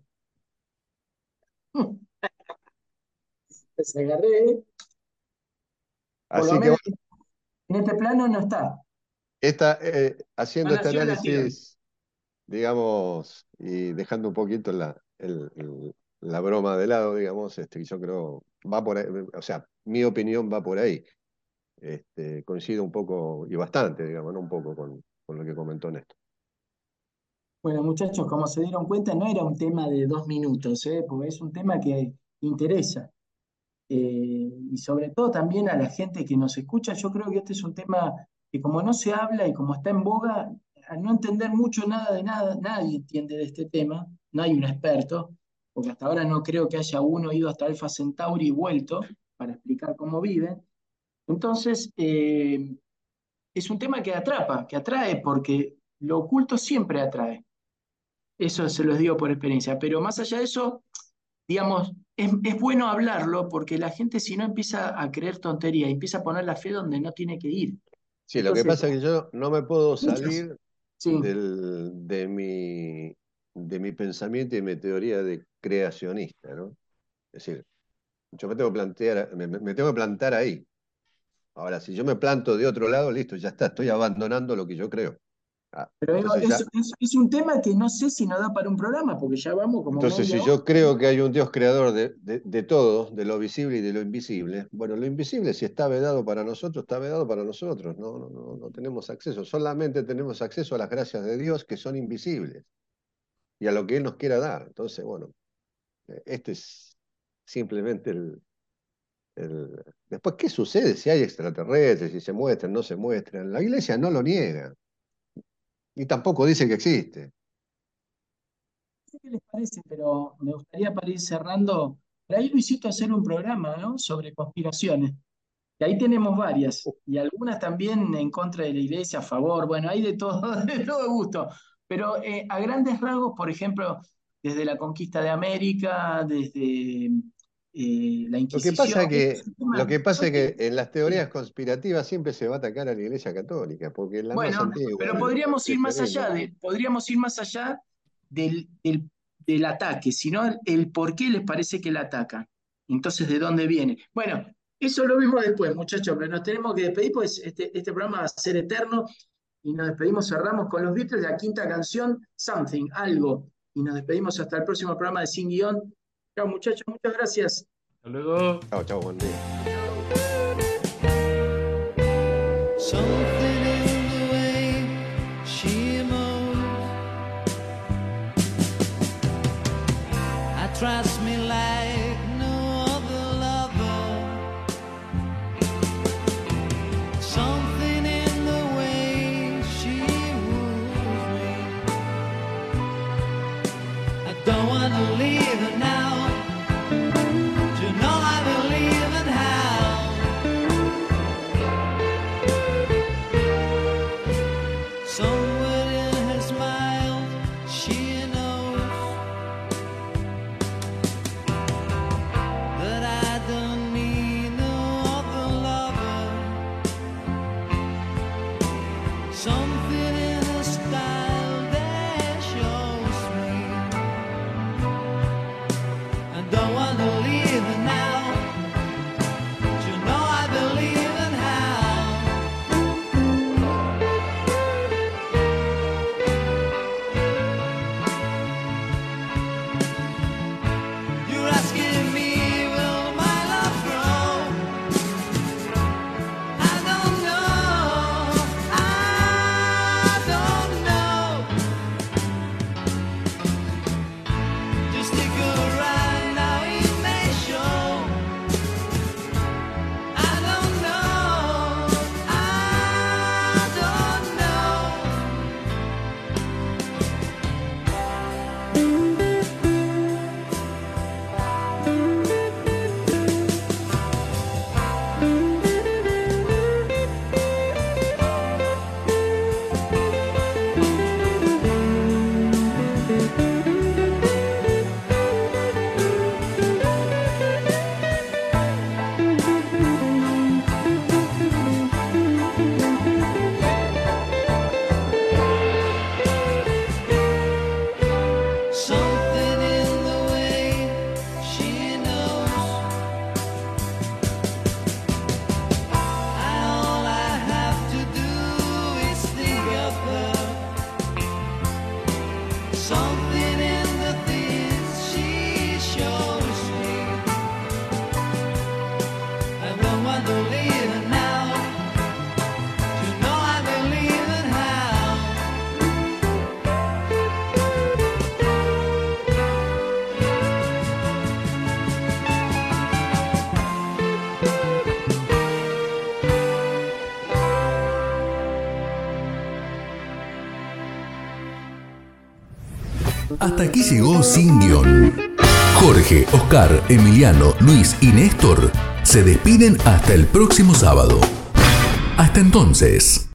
Se agarré, por lo así que menos bueno, en este plano no está. No haciendo este nació en la Tierra. análisis, digamos, y dejando un poquito la broma de lado, digamos, yo creo, va por ahí, o sea, mi opinión va por ahí. Coincido un poco, y bastante, digamos, no un poco con lo que comentó Néstor. Bueno, muchachos, como se dieron cuenta, no era un tema de 2 minutos, ¿eh? Porque es un tema que interesa. Y sobre todo también a la gente que nos escucha, yo creo que este es un tema que como no se habla y como está en boga, al no entender mucho nada de nada, nadie entiende de este tema, no hay un experto, porque hasta ahora no creo que haya uno ido hasta Alpha Centauri y vuelto para explicar cómo viven. Entonces, es un tema que atrapa, que atrae, porque lo oculto siempre atrae. Eso se los digo por experiencia, pero más allá de eso, digamos, es bueno hablarlo porque la gente si no empieza a creer tontería y empieza a poner la fe donde no tiene que ir. Sí, lo que Entonces, pasa es que yo no me puedo muchos, salir sí, de mi pensamiento y mi teoría de creacionista, ¿no? Es decir, yo me tengo que plantar ahí. Ahora, si yo me planto de otro lado, listo, ya está, estoy abandonando lo que yo creo. pero digo, Entonces ya, es un tema que no sé si nos da para un programa, porque ya vamos como entonces si media hora. yo creo que hay un Dios creador de todo, de lo visible y de lo invisible, bueno, lo invisible si está vedado para nosotros, está vedado para nosotros. No tenemos acceso, solamente tenemos acceso a las gracias de Dios que son invisibles y a lo que Él nos quiera dar. Entonces, bueno, este es simplemente Después, ¿qué sucede si hay extraterrestres, si se muestran, no se muestran? La iglesia no lo niega y tampoco dice que existe. No sé qué les parece, pero me gustaría para ir cerrando, por ahí Luisito hacer un programa, ¿no? Sobre conspiraciones. Y ahí tenemos varias, y algunas también en contra de la iglesia, a favor, bueno, hay de todo, de todo gusto. Pero a grandes rasgos, por ejemplo, desde la conquista de América, desde la Lo que Inquisición, pasa que, son lo temas, que pasa son es que temas. en las Sí. teorías conspirativas siempre se va a atacar a la Iglesia Católica, porque es la más Bueno, antigua pero de los podríamos ir más allá cristianismos. podríamos ir más allá del ataque, sino el por qué les parece que la atacan. Entonces, ¿de dónde viene? Bueno, eso lo vimos después, muchachos, pero nos tenemos que despedir, pues este programa va a ser eterno y nos despedimos, cerramos con los Beatles, la quinta canción, Something, algo. Y nos despedimos hasta el próximo programa de Sin Guión. Chao, muchachos, muchas gracias. Hasta luego. Chao, chao, buen día. Something in the way she moves attracts me like no other lover. Something in the way she moves me. I don't want to leave her now. You know I believe in how. Somewhere in her smile, she knows that I don't need no other lover. Something in her style that shows me I don't want to leave her now. But you know I believe in how. You're asking me, will my love grow? I don't know. I don't know. Just stick around now, it may show. I don't know. I don't know. Something in the way she knows. All I have to do is think of her. Something in the things she shows me. I don't want to leave her now. You know I believe in how. Hasta aquí llegó Sin Guión. Jorge, Oscar, Emiliano, Luis y Néstor se despiden hasta el próximo sábado. Hasta entonces.